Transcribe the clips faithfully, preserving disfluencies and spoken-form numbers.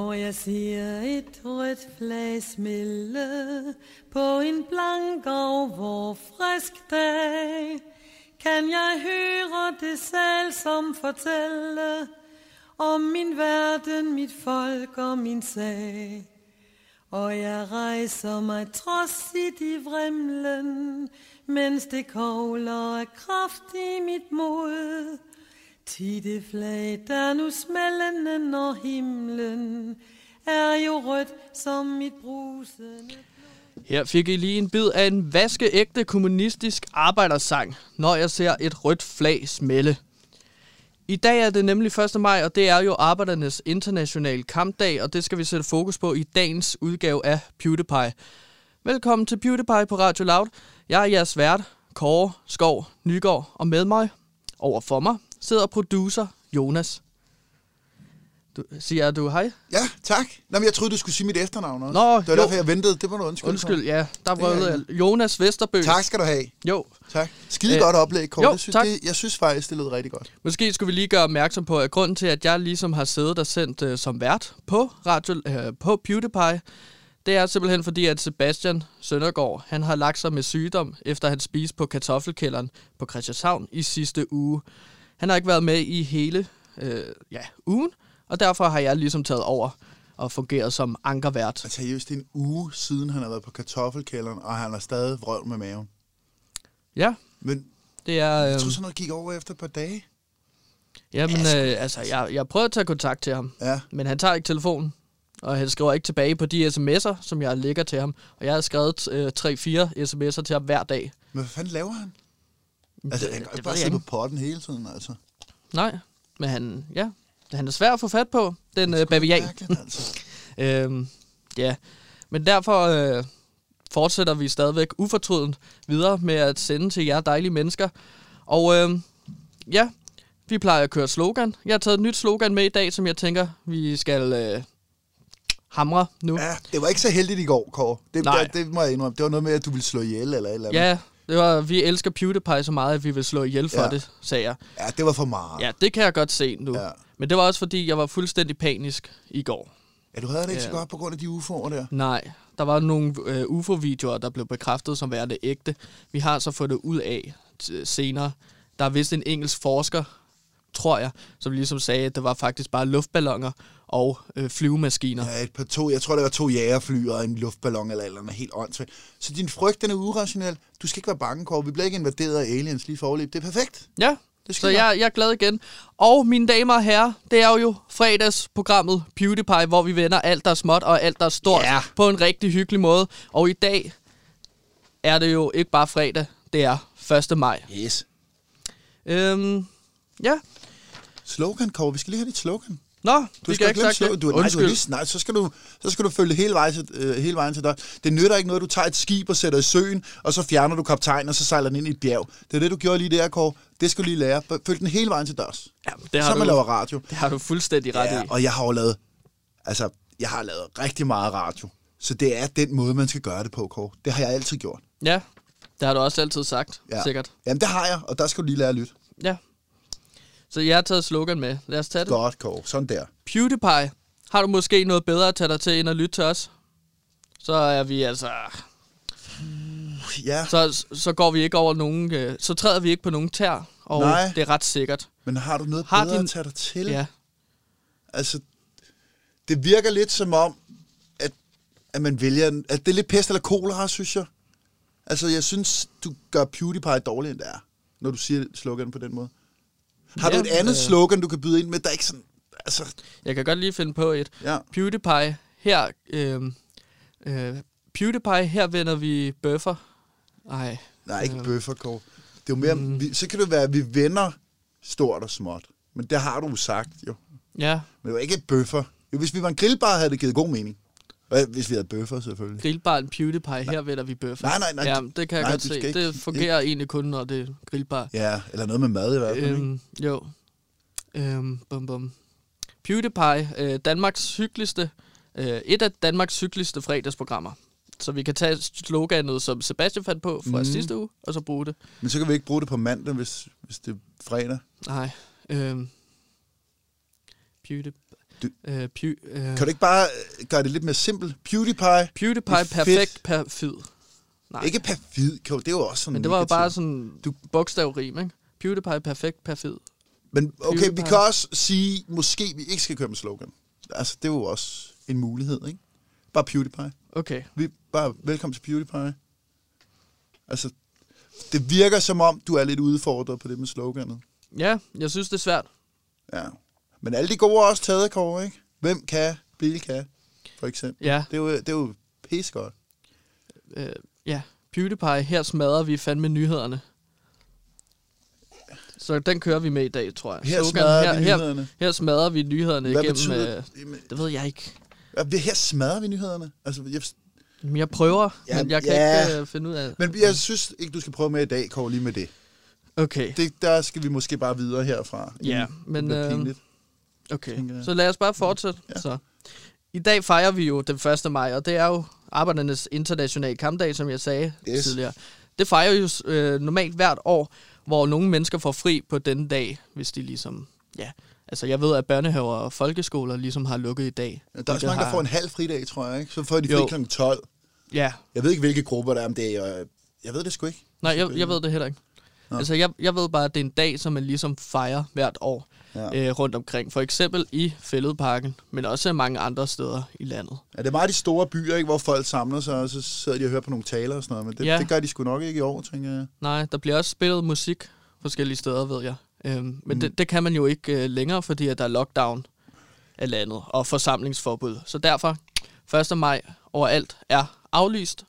Og jeg ser et rødt flag smille på en blank og vor frisk dag. Kan jeg høre det selv som fortælle om min verden, mit folk og min sag. Og jeg rejser mig trodsigt i vrimlen, mens det kogler af kraft i mit mod. Til det flag, der nu smældende når himlen, er jo rødt som mit brusende. Her fik I lige en bid af en vaskeægte kommunistisk arbejdersang, når jeg ser et rødt flag smælde. I dag er det nemlig første maj, og det er jo arbejdernes internationale kampdag, og det skal vi sætte fokus på i dagens udgave af PewDiePie. Velkommen til PewDiePie på Radio Loud. Jeg er jeres vært, Kåre Skov Nygaard, og med mig, over for mig, sidder producer Jonas. Du, siger du hej? Ja, tak. Nå, men jeg troede, du skulle sige mit efternavn også. Nå, det var jo. Derfor, jeg ventede. Det var noget undskyld. Undskyld, ja. Der var jeg. Jonas Vesterbø. Tak skal du have. Jo. Tak. Skide godt oplæg, Kåre. Jo, jeg, synes, tak. det, jeg synes faktisk, det lød rigtig godt. Måske skulle vi lige gøre opmærksom på, at grunden til, at jeg ligesom har siddet og sendt uh, som vært på, radio, uh, på PewDiePie, det er simpelthen fordi, at Sebastian Søndergaard, han har lagt sig med sygdom, efter han spiste på kartoffelkælderen på Christianshavn i sidste uge. Han har ikke været med i hele øh, ja, ugen, og derfor har jeg ligesom taget over og fungeret som ankervært. Altså seriøst, det er en uge siden, han har været på kartoffelkælderen, og han har stadig vrøvl med maven. Ja, men det er... Øh, jeg tror sådan noget gik over efter et par dage. Jamen, øh, altså, jeg, jeg prøvede at tage kontakt til ham, ja. men han tager ikke telefonen, og han skriver ikke tilbage på de sms'er, som jeg lægger til ham. Og jeg har skrevet øh, tre fire sms'er til ham hver dag. Men hvad fanden laver han? Altså, det, han kan det ikke bare sidde på potten hele tiden, altså. Nej, men han, ja, han er svær at få fat på, den øh, bavian. Altså. øhm, ja, men derfor øh, fortsætter vi stadigvæk ufortrødent videre med at sende til jer dejlige mennesker. Og øh, ja, vi plejer at køre slogan. Jeg har taget et nyt slogan med i dag, som jeg tænker, vi skal øh, hamre nu. Ja, det var ikke så heldigt i går, Kåre. Det, det, det må jeg indrømme. Det var noget med, at du ville slå ihjel eller et eller andet. Ja, det var, vi elsker PewDiePie så meget, at vi vil slå ihjel for ja. det, sagde jeg. Ja, det var for meget. Ja, det kan jeg godt se nu. Ja. Men det var også, fordi jeg var fuldstændig panisk i går. Ja, du havde det ikke ja. så godt på grund af de U F O'er der? Nej, der var nogle øh, U F O-videoer, der blev bekræftet som værende ægte. Vi har så fået det ud af t- senere. Der er vist en engelsk forsker, tror jeg, som ligesom sagde, at det var faktisk bare luftballoner og øh, flyvemaskiner. Ja, et par to, jeg tror, det var to jagerfly og en luftballon eller eller andet helt åndssvagt. Så din frygt, den er urationel. Du skal ikke være bange, Kåre. Vi bliver ikke invaderet af aliens lige foreløb. Det er perfekt. Ja, så jeg, jeg er glad igen. Og mine damer og herrer, det er jo fredagsprogrammet PewDiePie, hvor vi vender alt, der er småt og alt, der er stort ja. på en rigtig hyggelig måde. Og i dag er det jo ikke bare fredag, det er første maj. Yes. Øhm, ja. Slogan, Kåre. Vi skal lige have dit slogan. Nå, du vi skal ikke sagt det. Du, nej, du lige, nej, så skal du, så skal du følge hele vejen, til, øh, hele vejen til dig. Det nytter ikke noget, du tager et skib og sætter i søen, og så fjerner du kaptajnen, og så sejler den ind i et bjerg. Det er det, du gjorde lige der, Kåre. Det skal du lige lære. Følg den hele vejen til dørs. Ja, det har så du, man laver radio. Det har du fuldstændig ret ja, i. Og jeg har jo lavet, altså, jeg har lavet rigtig meget radio. Så det er den måde, man skal gøre det på, Kåre. Det har jeg altid gjort. Ja, det har du også altid sagt, ja. sikkert. Jamen, det har jeg, og der skal du lige lære at lytte. Ja. Så jeg har taget slogan med. Lad os tage det. Godt, Kåre. Sådan der. PewDiePie. Har du måske noget bedre at tage dig til, end at lytte til os? Så er vi altså... Ja. Så, så går vi ikke over nogen... Øh, så træder vi ikke på nogen tær, og Nej. det er ret sikkert. Men har du noget har bedre din... at tage dig til? Ja. Altså, det virker lidt som om, at, at man vælger... At det er lidt pest eller kolera, synes jeg. Altså, jeg synes, du gør PewDiePie dårligere, end det er, når du siger slogan på den måde. Har ja, du et andet øh... slogan, du kan byde ind med, der ikke sådan... Altså... Jeg kan godt lige finde på et. Ja. PewDiePie, her... Øh, øh, PewDiePie, her vender vi bøffer. Ej. Nej, ikke øh. bøffer, Kåre. Det er jo mere... Mm. Vi, så kan det være, at vi vender stort og småt. Men det har du jo sagt, jo. Ja. Men det var ikke et bøffer. Jo, hvis vi var en grillbar, havde det givet god mening. Hvis vi havde bøffer, selvfølgelig. Grillbaren PewDiePie, her vender vi bøffer. Nej, nej, nej. Ja, det kan jeg nej, godt se. Ikke, det fungerer ikke. egentlig kun, når det er grillbar. Ja, eller noget med mad i hvert fald, øhm, Jo. Øhm, bum, bum. PewDiePie, øh, Danmarks hyggeligste, øh, et af Danmarks hyggeligste fredagsprogrammer. Så vi kan tage sloganet, som Sebastian fandt på fra mm. sidste uge, og så bruge det. Men så kan vi ikke bruge det på mandag, hvis, hvis det er fredag. Nej. Øhm, PewDiePie. Du, øh, pu- øh. Kan du ikke bare gøre det lidt mere simpelt? PewDiePie. PewDiePie, perfekt, perfid. Nej. Ikke perfid, det er jo også sådan. Men det var jo bare sådan du bogstavrim, ikke? PewDiePie, perfekt, perfid. Men okay, vi kan også sige, måske vi ikke skal køre med slogan. Altså, det er jo også en mulighed, ikke? Bare PewDiePie. Okay. Vi bare velkommen til PewDiePie. Altså, det virker som om, du er lidt udfordret på det med sloganet. Ja, jeg synes, det er svært. Ja. Men alle de gode er også taget, Kåre, ikke? Hvem kan, Bill kan, for eksempel. Ja. Det er jo, det er jo pissegodt. Øh, ja, PewDiePie, her smadrer vi fandme nyhederne. Så den kører vi med i dag, tror jeg. Her smadrer her, vi nyhederne. Her, her smadrer vi nyhederne Hvad igennem... betyder øh, det ved jeg ikke. Her smadrer vi nyhederne? Altså, jeg... Men jeg prøver, ja, men jeg kan ja. ikke uh, finde ud af det. Men jeg synes ikke, du skal prøve med i dag, Kåre, lige med det. Okay. Det, der skal vi måske bare videre herfra. Ja, men... Øh, okay, tænker, så lad os bare fortsætte. Ja. Så. I dag fejrer vi jo den første maj, og det er jo Arbejdernes Internationale Kampdag, som jeg sagde yes. tidligere. Det fejrer jo øh, normalt hvert år, hvor nogle mennesker får fri på den dag, hvis de ligesom... Ja, altså jeg ved, at børnehaver og folkeskoler ligesom har lukket i dag. Ja, der er også mange, har... der får en halv fridag, tror jeg, ikke? Så får de fri jo. klokken tolv. Ja. Jeg ved ikke, hvilke grupper der er, om det er... Jeg ved det sgu ikke. Nej, jeg, jeg ved det heller ikke. Nå. Altså, jeg, jeg ved bare, at det er en dag, som man ligesom fejrer hvert år ja. øh, rundt omkring. For eksempel i Fælledparken, men også mange andre steder i landet. Ja, det er meget de store byer, ikke, hvor folk samler sig, og så sidder de og hører på nogle taler og sådan noget. Men det, ja. det gør de sgu nok ikke i år, tænker jeg. Nej, der bliver også spillet musik forskellige steder, ved jeg. Øhm, men mm. det, det kan man jo ikke øh, længere, fordi at der er lockdown af landet og forsamlingsforbud. Så derfor, første maj overalt er aflyst.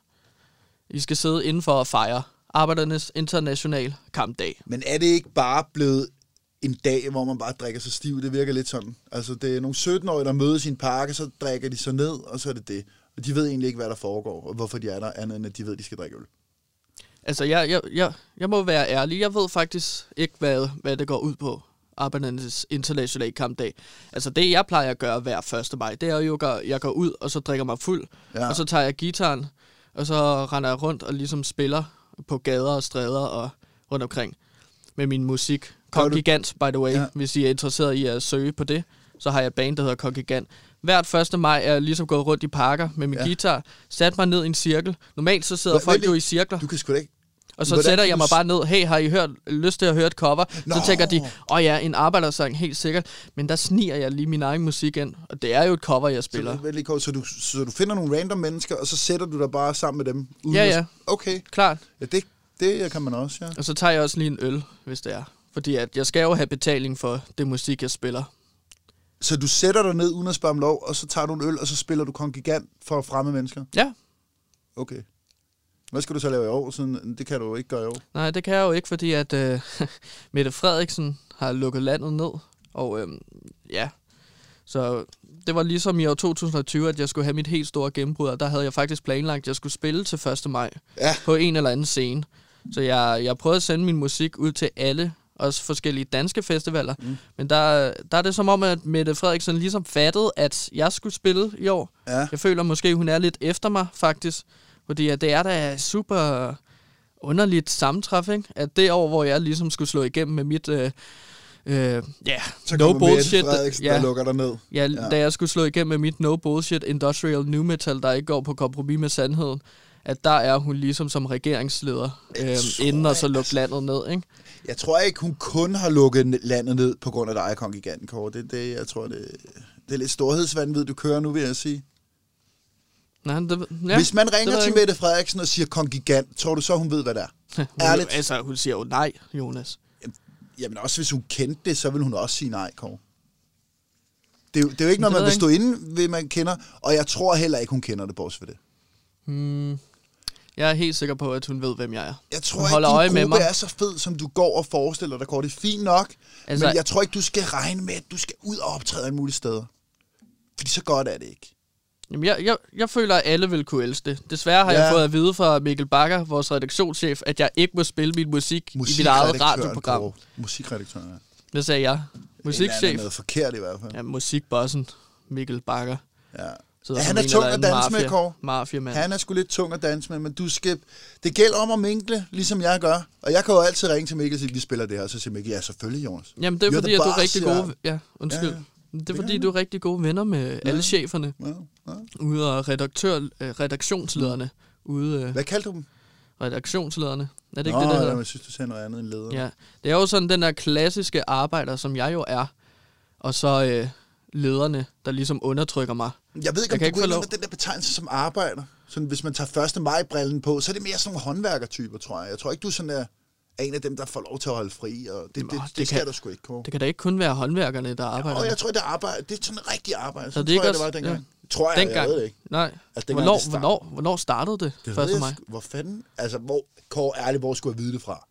I skal sidde indenfor og fejre Arbejdernes Internationale Kampdag. Men er det ikke bare blevet en dag, hvor man bare drikker sig stiv? Det virker lidt sådan. Altså, det er nogle sytten-årige, der mødes i en park, og så drikker de sig ned, og så er det det. Og de ved egentlig ikke, hvad der foregår, og hvorfor de er der, andet end at de ved, at de skal drikke øl. Altså, jeg, jeg, jeg, jeg må være ærlig. Jeg ved faktisk ikke, hvad, hvad det går ud på. Arbejdernes Internationale Kampdag. Altså, det jeg plejer at gøre hver første maj, det er jo, at jeg går ud, og så drikker mig fuld, ja. og så tager jeg guitaren, og så render jeg rundt og ligesom spiller på gader og stræder og rundt omkring med min musik. Kongigant, by the way, ja. Hvis I er interesseret i at søge på det, så har jeg et band, der hedder Kongigant. Hvert første maj er jeg ligesom gået rundt i parker med min ja. guitar, sat mig ned i en cirkel. Normalt så sidder Hva, folk jo i cirkler. Du kan sgu da ikke. Og så Hvordan sætter jeg mig bare ned. Hey, har I hørt, lyst til at høre et cover? Nå. Så tænker de, åh oh ja, en arbejdersang, helt sikkert. Men der sniger jeg lige min egen musik ind. Og det er jo et cover, jeg spiller. Så, så, du, så du finder nogle random mennesker, og så sætter du dig bare sammen med dem? Ja, ja. Okay. Klart. Ja, det, det kan man også, ja. Og så tager jeg også lige en øl, hvis det er. Fordi at jeg skal jo have betaling for det musik, jeg spiller. Så du sætter dig ned uden at spørge om lov, og så tager du en øl, og så spiller du Kongigant for fremme mennesker? Ja. Okay. Hvad skal du så lave i år? Sådan, det kan du jo ikke gøre i år. Nej, det kan jeg jo ikke, fordi at øh, Mette Frederiksen har lukket landet ned. Og øh, ja, så det var ligesom i år to tusind og tyve, at jeg skulle have mit helt store gennembrud. Og der havde jeg faktisk planlagt, at jeg skulle spille til første maj ja. på en eller anden scene. Så jeg, jeg prøvede at sende min musik ud til alle, også forskellige danske festivaler. Mm. Men der, der er det som om, at Mette Frederiksen ligesom fattede, at jeg skulle spille i år. Ja. Jeg føler måske, hun er lidt efter mig, faktisk. Fordi at det er da super underligt sammentræf, ikke? At det år, hvor jeg ligesom skulle slå igennem med mit... Øh, øh, yeah, så no bullshit. Ja, der lukker dig ned. Ja, ja, da jeg skulle slå igennem med mit no bullshit industrial new metal, der ikke går på kompromis med sandheden, at der er hun ligesom som regeringsleder øh, inden og så lukke altså, landet ned, ikke? Jeg tror ikke, hun kun har lukket landet ned på grund af dig, Kongiganten, Kåre. Det, det, jeg tror, det, det er lidt storhedsvanvid, du kører nu, vil jeg sige. Nej, det, ja, hvis man ringer til Mette Frederiksen og siger Kongigant, tror du så, hun ved, hvad det er? Ærligt. Altså, hun siger jo nej, Jonas. Jamen også, hvis hun kendte det, så vil hun også sige nej, Kåre. Det er, jo, det er jo ikke noget, man vil stå inde ved, man kender, og jeg tror heller ikke, hun kender det, bortset for det. Hmm. Jeg er helt sikker på, at hun ved, hvem jeg er. Jeg tror ikke, din gruppe er så fed, som du går og forestiller dig, Kåre. Det er fint nok, altså, men jeg tror ikke, du skal regne med, at du skal ud og optræde alle mulige steder. Fordi så godt er det ikke. Jamen, jeg, jeg, jeg føler, at alle vil kunne elske det. Desværre har ja. jeg fået at vide fra Mikkel Bakker, vores redaktionschef, at jeg ikke må spille min musik i mit eget radioprogram. Kåre. Musikredaktøren, ja. Det sagde jeg. Musikchef. Det er noget forkert i hvert fald. Ja, musikbossen Mikkel Bakker. Ja. Ja, han er tung at danse med, Kåre. Mafia-mand. Han er sgu lidt tung at danse med, men du skal... Det gælder om at minkle, ligesom jeg gør. Og jeg kan jo altid ringe til Mikkel og sige, vi spiller det her. Så siger Mikkel, ja, selvfølgelig, Jonas. Jamen, det er You're fordi, at du er rigtig god... Ja, undskyld. Ja, Det er fordi, du er rigtig gode venner med ja. alle cheferne. Ja. Ja. Ude og redaktør, redaktionslederne. Ude, Hvad kaldte du dem? Redaktionslederne. Er det Nå, ikke det, det hedder? Jeg synes, du sagde noget andet end leder. Ja. Det er jo sådan den der klassiske arbejder, som jeg jo er. Og så øh, lederne, der ligesom undertrykker mig. Jeg ved ikke, om jeg du går ind med den der betegnelse som arbejder. Sådan, hvis man tager første maj-brillen på, så er det mere sådan nogle håndværkertyper, tror jeg. Jeg tror ikke, du er sådan der, er en af dem, der får lov til at holde fri. Og det, Nå, det, det, det skal kan, du sgu ikke, Kåre. Det kan da ikke kun være håndværkerne, der arbejder. Ja, og jeg tror, det er arbejde. Det er sådan en rigtig arbejde. Så, så det tror jeg, også, det var dengang. Ja. Tror jeg, dengang. jeg ved ikke. Nej. Altså, dengang, hvornår, hvornår, hvornår startede det? Det første maj. Hvor fanden? Altså, hvor, Kåre, ærligt, hvor skulle jeg vide det fra?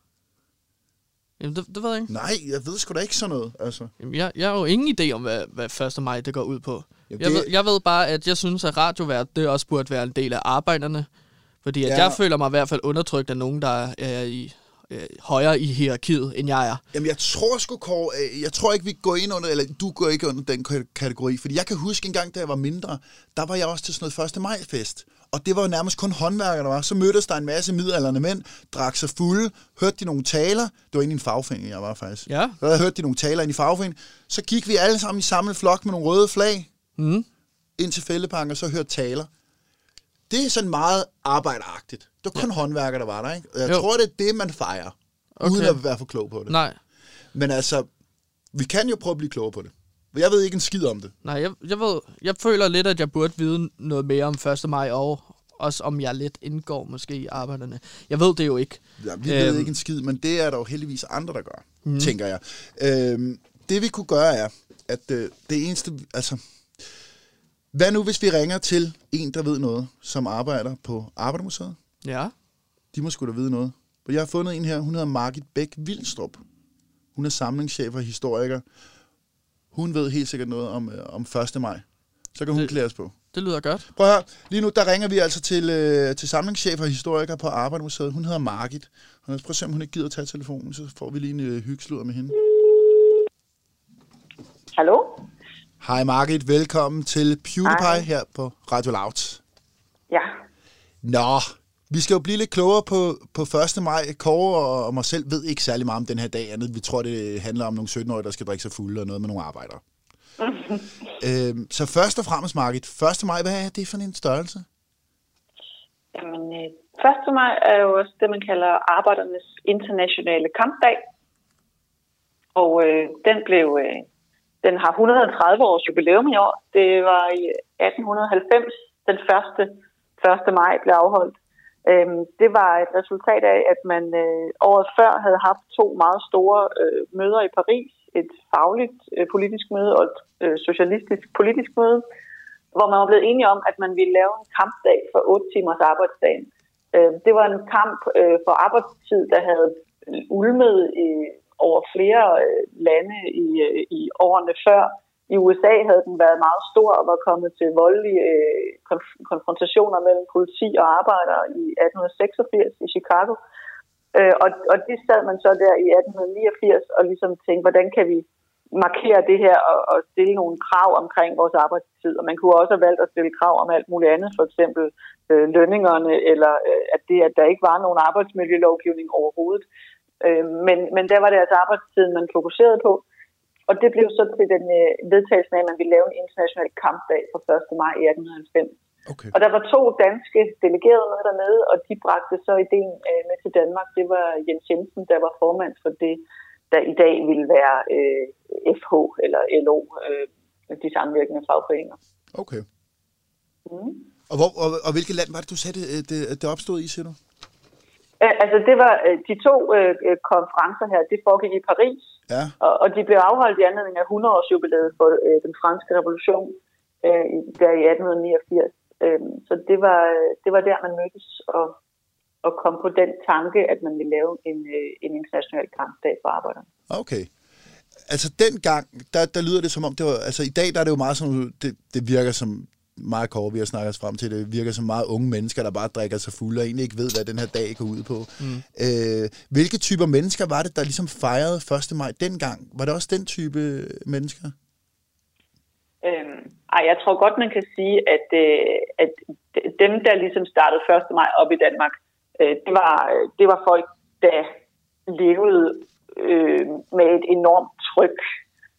Jamen, det, det ved jeg ikke. Nej, jeg ved sgu da ikke sådan noget, altså. Jamen, jeg, jeg har jo ingen idé om, hvad, hvad første maj det går ud på. Jamen, jeg, det... ved, jeg ved bare, at jeg synes, at radiovært, det også burde være en del af arbejderne. Fordi at ja. jeg føler mig i hvert fald undertrykt af nogen, der er i, øh, højere i hierarkiet, end jeg er. Jamen, jeg tror sgu, Kåre, jeg tror ikke, vi går ind under, eller du går ikke under den kategori. Fordi jeg kan huske en gang, da jeg var mindre, der var jeg også til sådan noget første maj-fest. Og det var jo nærmest kun håndværkere, der var. Så mødtes der en masse midaldrende mænd, drak sig fulde, hørte de nogle taler. Det var egentlig en fagforening, jeg var faktisk. Ja. Så jeg hørte de nogle taler ind i fagforeningen. Så gik vi alle sammen i samme flok med nogle røde flag, mm. ind til Fældeparken, og så hørte taler. Det er sådan meget arbejderagtigt. Det var kun ja. håndværkere, der var der, ikke? Og jeg jo. tror, det er det, man fejrer, okay. uden at være for klog på det. Nej. Men altså, vi kan jo prøve at blive klogere på det. Jeg ved ikke en skid om det. Nej, jeg, jeg ved, jeg føler lidt, at jeg burde vide noget mere om første maj, og også om jeg lidt indgår måske i arbejderne. Jeg ved det jo ikke. Ja, vi æm... ved ikke en skid, men det er der jo heldigvis andre, der gør, mm. tænker jeg. Øhm, det vi kunne gøre er, at øh, det eneste, altså, hvad nu hvis vi ringer til en, der ved noget, som arbejder på Arbejdermuseet? Ja. De må sgu da vide noget. Jeg har fundet en her, hun hedder Margit Bæk-Vildstrup. Hun er samlingschef og historiker. Hun ved helt sikkert noget om, øh, om første maj. Så kan hun det, klæde os på. Det lyder godt. Prøv at høre. Lige nu, der ringer vi altså til, øh, til samlingschef og historiker på Arbejdermuseet. Hun hedder Margit. Prøv at se, om hun ikke gider at tage telefonen, så får vi lige en øh, hyggesludder med hende. Hallo? Hej Margit, velkommen til PewDiePie Hej. her på Radio Loud. Ja. Nå, vi skal jo blive lidt klogere på, på første maj. Kåre og mig selv ved ikke særlig meget om den her dag. Andet. Vi tror, det handler om nogle sytten-årige, der skal drikke sig fulde og noget med nogle arbejdere. øhm, så først og fremmest, Margit, første maj, hvad er det for en størrelse? Jamen, øh, første maj er jo også det, man kalder arbejdernes internationale kampdag. Og øh, den blev, øh, den har et hundrede og tredive års jubilæum i år. Det var i atten halvfems, den første første maj blev afholdt. Øhm, det var et resultat af, at man øh, året før havde haft to meget store øh, møder i Paris. Et fagligt øh, politisk møde og et øh, socialistisk politisk møde, hvor man var blevet enige om, at man ville lave en kampdag for otte timers arbejdsdag. Øh, det var en kamp øh, for arbejdstid, der havde ulmet i, over flere øh, lande i, øh, i årene før. I U S A havde den været meget stor og var kommet til voldelige øh, konf- konfrontationer mellem politi og arbejdere i atten seksogfirs i Chicago. Øh, og, og det sad man så der i atten niogfirs og ligesom tænkte, hvordan kan vi markere det her og, og stille nogle krav omkring vores arbejdstid. Og man kunne også have valgt at stille krav om alt muligt andet, for eksempel øh, lønningerne, eller øh, at det, at der ikke var nogen arbejdsmiljølovgivning overhovedet. Øh, men, men der var det altså arbejdstiden, man fokuserede på. Og det blev så til den øh, vedtagelsen af, at man ville lave en international kampdag på første maj i atten halvfems. Okay. Og der var to danske delegerede med dernede, og de bragte så ideen øh, med til Danmark. Det var Jens Jensen, der var formand for det, der i dag ville være øh, F H eller L O, øh, de samvirkende fagforeninger. Okay. Mm. Og, hvor, og, og hvilket land var det, du sagde, det, det, det opstod i, siger du? Øh, altså, det var øh, de to øh, konferencer her, det foregik i Paris, ja. og, og de blev afholdt i anledning af hundrede-årsjubilæet for øh, den franske revolution, øh, der i atten niogfirs. Øh, så det var, det var der, man mødtes og, og kom på den tanke, at man ville lave en, øh, en international kampdag for arbejderne. Okay. Altså dengang, der, der lyder det som om, det var, altså i dag der er det jo meget sådan, det, det virker som meget Kåre, vi har snakket os frem til, det virker som meget unge mennesker, der bare drikker sig fulde og egentlig ikke ved, hvad den her dag går ud på. Mm. Øh, hvilke typer mennesker var det, der ligesom fejrede første maj dengang? Var det også den type mennesker? Øhm, ej, jeg tror godt, man kan sige, at, øh, at dem, der ligesom startede første maj op i Danmark, øh, det, var, det var folk, der levede øh, med et enormt tryk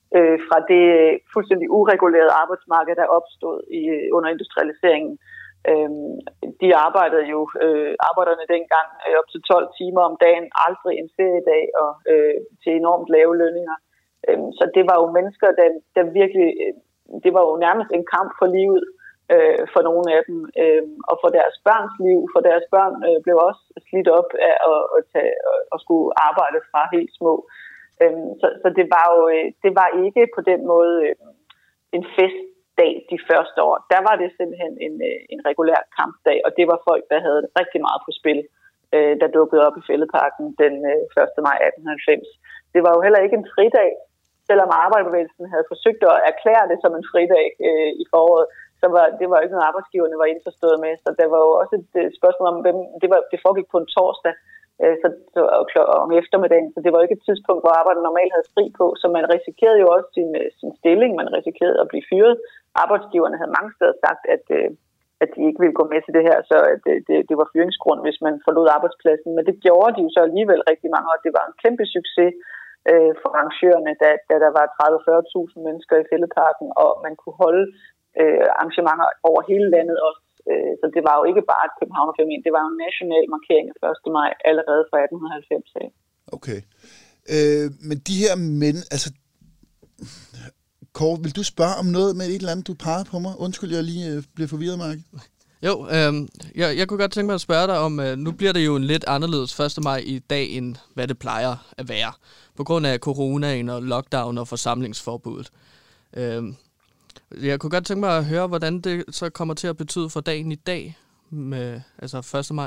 øh, fra det fuldstændig uregulerede arbejdsmarked, der opstod i, under industrialiseringen. Øh, de arbejdede jo, øh, arbejderne dengang, øh, op til tolv timer om dagen, aldrig en feriedag og øh, til enormt lave lønninger. Øh, så det var jo mennesker, der, der virkelig, det var jo nærmest en kamp for livet. Øh, for nogle af dem, øh, og for deres børns liv, for deres børn øh, blev også slidt op af at, at, tage, at skulle arbejde fra helt små. Øh, så, så det var jo det var ikke på den måde øh, en festdag de første år. Der var det simpelthen en, en regulær kampdag, og det var folk, der havde rigtig meget på spil, øh, der dukkede op i Fælledparken den øh, første maj atten halvfems. Det var jo heller ikke en fridag, selvom arbejderbevægelsen havde forsøgt at erklære det som en fridag øh, i foråret. Så var, det var ikke noget, arbejdsgiverne var indforstået med. Så der var jo også et spørgsmål om, hvem det, var, det foregik på en torsdag øh, så, så, og, og om eftermiddagen. Så det var ikke et tidspunkt, hvor arbejderne normalt havde fri på. Så man risikerede jo også sin, sin stilling. Man risikerede at blive fyret. Arbejdsgiverne havde mange steder sagt, at, øh, at de ikke ville gå med til det her. Så at, øh, det, det var fyringsgrund, hvis man forlod arbejdspladsen. Men det gjorde de jo så alligevel rigtig mange år. Det var en kæmpe succes øh, for arrangørerne, da, da der var tredive til fyrre tusind mennesker i Fælledparken, og man kunne holde Øh, arrangementer over hele landet også. Øh, så det var jo ikke bare et københavnerfænomen, det var jo en national markering af første maj allerede fra atten halvfems. Okay. Øh, men de her mænd, altså... Kåre, vil du spørge om noget med et eller andet, du pegede på mig? Undskyld, jeg lige øh, blev forvirret, Mark. Jo, øh, jeg, jeg kunne godt tænke mig at spørge dig om, øh, nu bliver det jo en lidt anderledes første maj i dag, end hvad det plejer at være, på grund af coronaen og lockdown og forsamlingsforbuddet. Øh, Jeg kunne godt tænke mig at høre, hvordan det så kommer til at betyde for dagen i dag, med, altså første maj.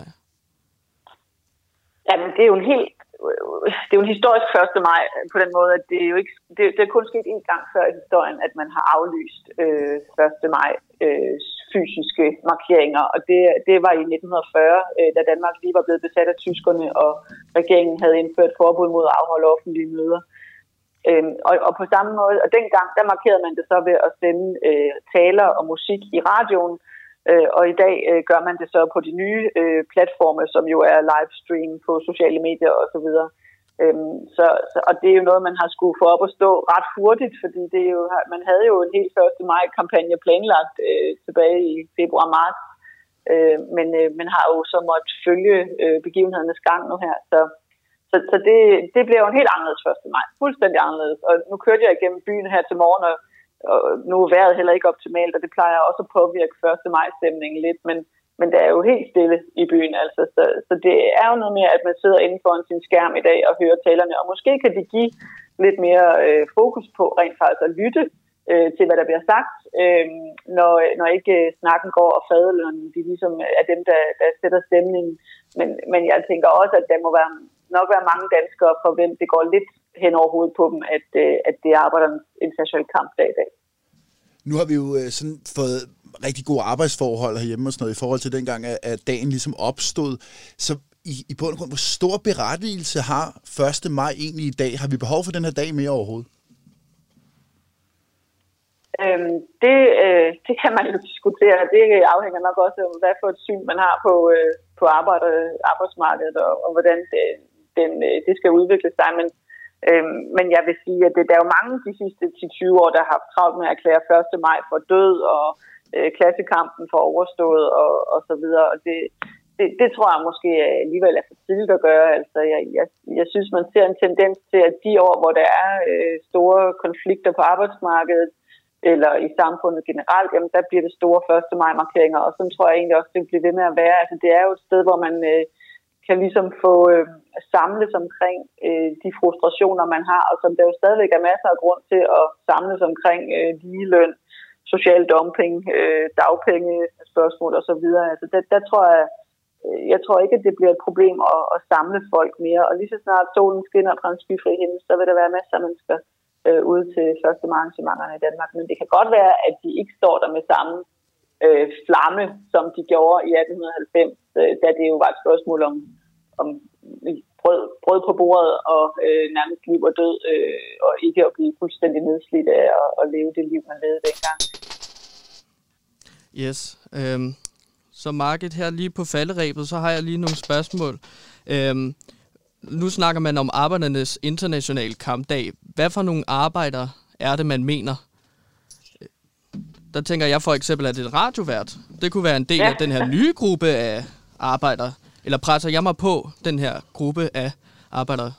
Jamen, det er jo en helt, det er jo en historisk første maj på den måde, at det er jo ikke, det, det er kun sket en gang før i historien, at man har aflyst øh, første maj øh, fysiske markeringer, og det, det var i nitten fyrre, øh, da Danmark lige var blevet besat af tyskerne, og regeringen havde indført forbud mod at afholde offentlige møder. Øhm, og, og på samme måde, og dengang, der markerede man det så ved at sende øh, taler og musik i radioen, øh, og i dag øh, gør man det så på de nye øh, platforme, som jo er livestream på sociale medier osv. Øhm, så, så, og det er jo noget, man har skulle få op at stå ret hurtigt, fordi det er jo, man havde jo en helt første maj-kampagne planlagt øh, tilbage i februar-marts, øh, men øh, man har jo så måttet følge øh, begivenhedernes gang nu her, så Så, så det, det bliver jo en helt anderledes første maj. Fuldstændig anderledes. Og nu kørte jeg igennem byen her til morgen, og, og nu er vejret heller ikke optimalt, og det plejer også at påvirke første maj-stemningen lidt, men, men det er jo helt stille i byen. Altså. Så, så det er jo noget mere, at man sidder inden foran sin skærm i dag og hører talerne, og måske kan de give lidt mere øh, fokus på rent faktisk at lytte øh, til, hvad der bliver sagt, øh, når, når ikke øh, snakken går og fadelønnen, de ligesom er dem, der, der sætter stemningen. Men, men jeg tænker også, at der må være nok være mange danskere, for hvem det går lidt hen over hovedet på dem, at, at det er arbejdernes internationale kampdag i dag. Nu har vi jo sådan fået rigtig gode arbejdsforhold herhjemme og sådan noget, i forhold til dengang, at dagen ligesom opstod. Så i, i bund og grund, hvor stor berettigelse har første maj egentlig i dag? Har vi behov for den her dag mere overhovedet? Øhm, det, øh, det kan man jo diskutere. Det afhænger nok også af, hvad for et syn man har på, øh, på arbejder, arbejdsmarkedet, og, og hvordan det, den, det skal udvikle sig. Men, øhm, men jeg vil sige, at det, der er jo mange de sidste ti til tyve år, der har haft travlt med at erklære første maj for død, og øh, klassekampen for overstået, og, og så videre. Og det, det, det tror jeg måske alligevel er for tidligt at gøre. Altså, jeg, jeg, jeg synes, man ser en tendens til, at de år, hvor der er øh, store konflikter på arbejdsmarkedet, eller i samfundet generelt, jamen der bliver det store første maj-markeringer, og sådan tror jeg egentlig også, det bliver ved med at være. Altså det er jo et sted, hvor man øh, kan ligesom få øh, samles omkring øh, de frustrationer, man har, og som der jo stadigvæk er masser af grund til at samles omkring øh, ligeløn, social dumping, øh, dagpenge, spørgsmål og så videre. Altså der, der tror jeg, øh, jeg tror ikke, at det bliver et problem at, at samle folk mere, og lige så snart solen skinner fra en skyfri himmel, så vil der være masser af mennesker ude til første arrangementerne i Danmark. Men det kan godt være, at de ikke står der med samme øh, flamme, som de gjorde i atten halvfems, øh, da det jo var et spørgsmål om, om brød, brød på bordet og øh, nærmest liv og død, øh, og ikke at blive fuldstændig nedslidt af at, at leve det liv, man levede dengang. Yes. Øhm, så Margit, her lige på falderebet, så har jeg lige nogle spørgsmål. Øhm, Nu snakker man om arbejdernes internationale kampdag. Hvad for nogle arbejder er det, man mener? Der tænker jeg for eksempel, at et radiovært, det kunne være en del ja. af den her nye gruppe af arbejdere. Eller presser jeg mig på den her gruppe af arbejdere?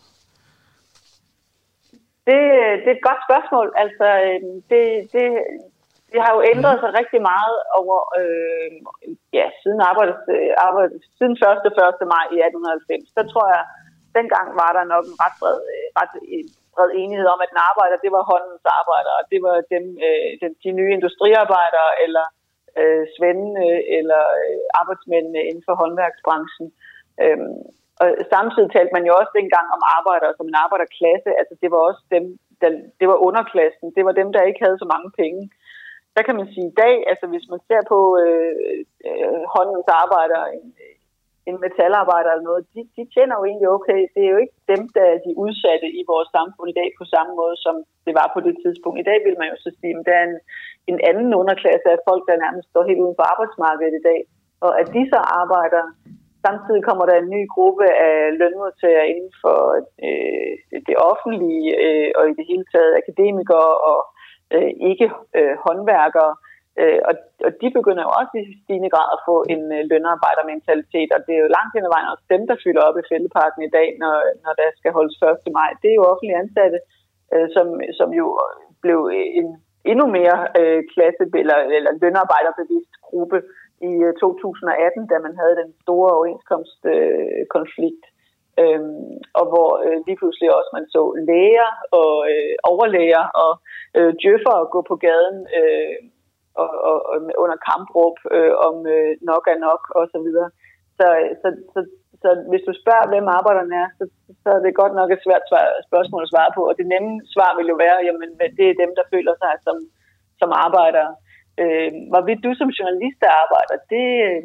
Det, det er et godt spørgsmål. Altså, det, det, det har jo ændret sig rigtig meget over, øh, ja, siden arbejdet, arbejdet siden første første maj i atten halvfems. Så tror jeg, dengang var der nok en ret bred, ret bred enighed om, at en arbejder, det var håndens arbejder, og det var dem, øh, de, de nye industriarbejdere, eller øh, svendene, eller øh, arbejdsmændene inden for håndværksbranchen. Øhm, og samtidig talte man jo også dengang om arbejdere som en arbejderklasse, altså det var også dem, der, det var underklassen, det var dem, der ikke havde så mange penge. Der kan man sige i dag, altså hvis man ser på øh, øh, håndens arbejdere, en, en metalarbejder eller noget, de, de tjener jo egentlig okay. Det er jo ikke dem, der er de udsatte i vores samfund i dag på samme måde, som det var på det tidspunkt. I dag vil man jo så sige, at der er en, en anden underklasse af folk, der nærmest står helt uden for arbejdsmarkedet i dag. Og at de så arbejder. Samtidig kommer der en ny gruppe af lønmodtagere inden for øh, det offentlige øh, og i det hele taget akademikere og øh, ikke øh, håndværkere. Øh, og, og de begynder jo også i stigende grad at få en øh, lønarbejdermentalitet, og det er jo langt hen ad vejen også dem, der fylder op i Fældeparken i dag, når, når der skal holdes første maj. Det er jo offentlige ansatte, øh, som, som jo blev en endnu mere øh, klasse- eller, eller lønarbejderbevidst gruppe i to tusind atten, da man havde den store overenskomstkonflikt, øh, øhm, og hvor øh, lige pludselig også man så læger og øh, overlæger og øh, djøffere gå på gaden øh, og, og, og under kampråb øh, om øh, nok er nok og så videre. Så, så, så, så hvis du spørger, hvem arbejderne er, så, så er det godt nok et svært svar, spørgsmål at svare på, og det nemme svar vil jo være, jamen det er dem, der føler sig som, som arbejdere. Øh, hvorvidt du som journalist der arbejder, det,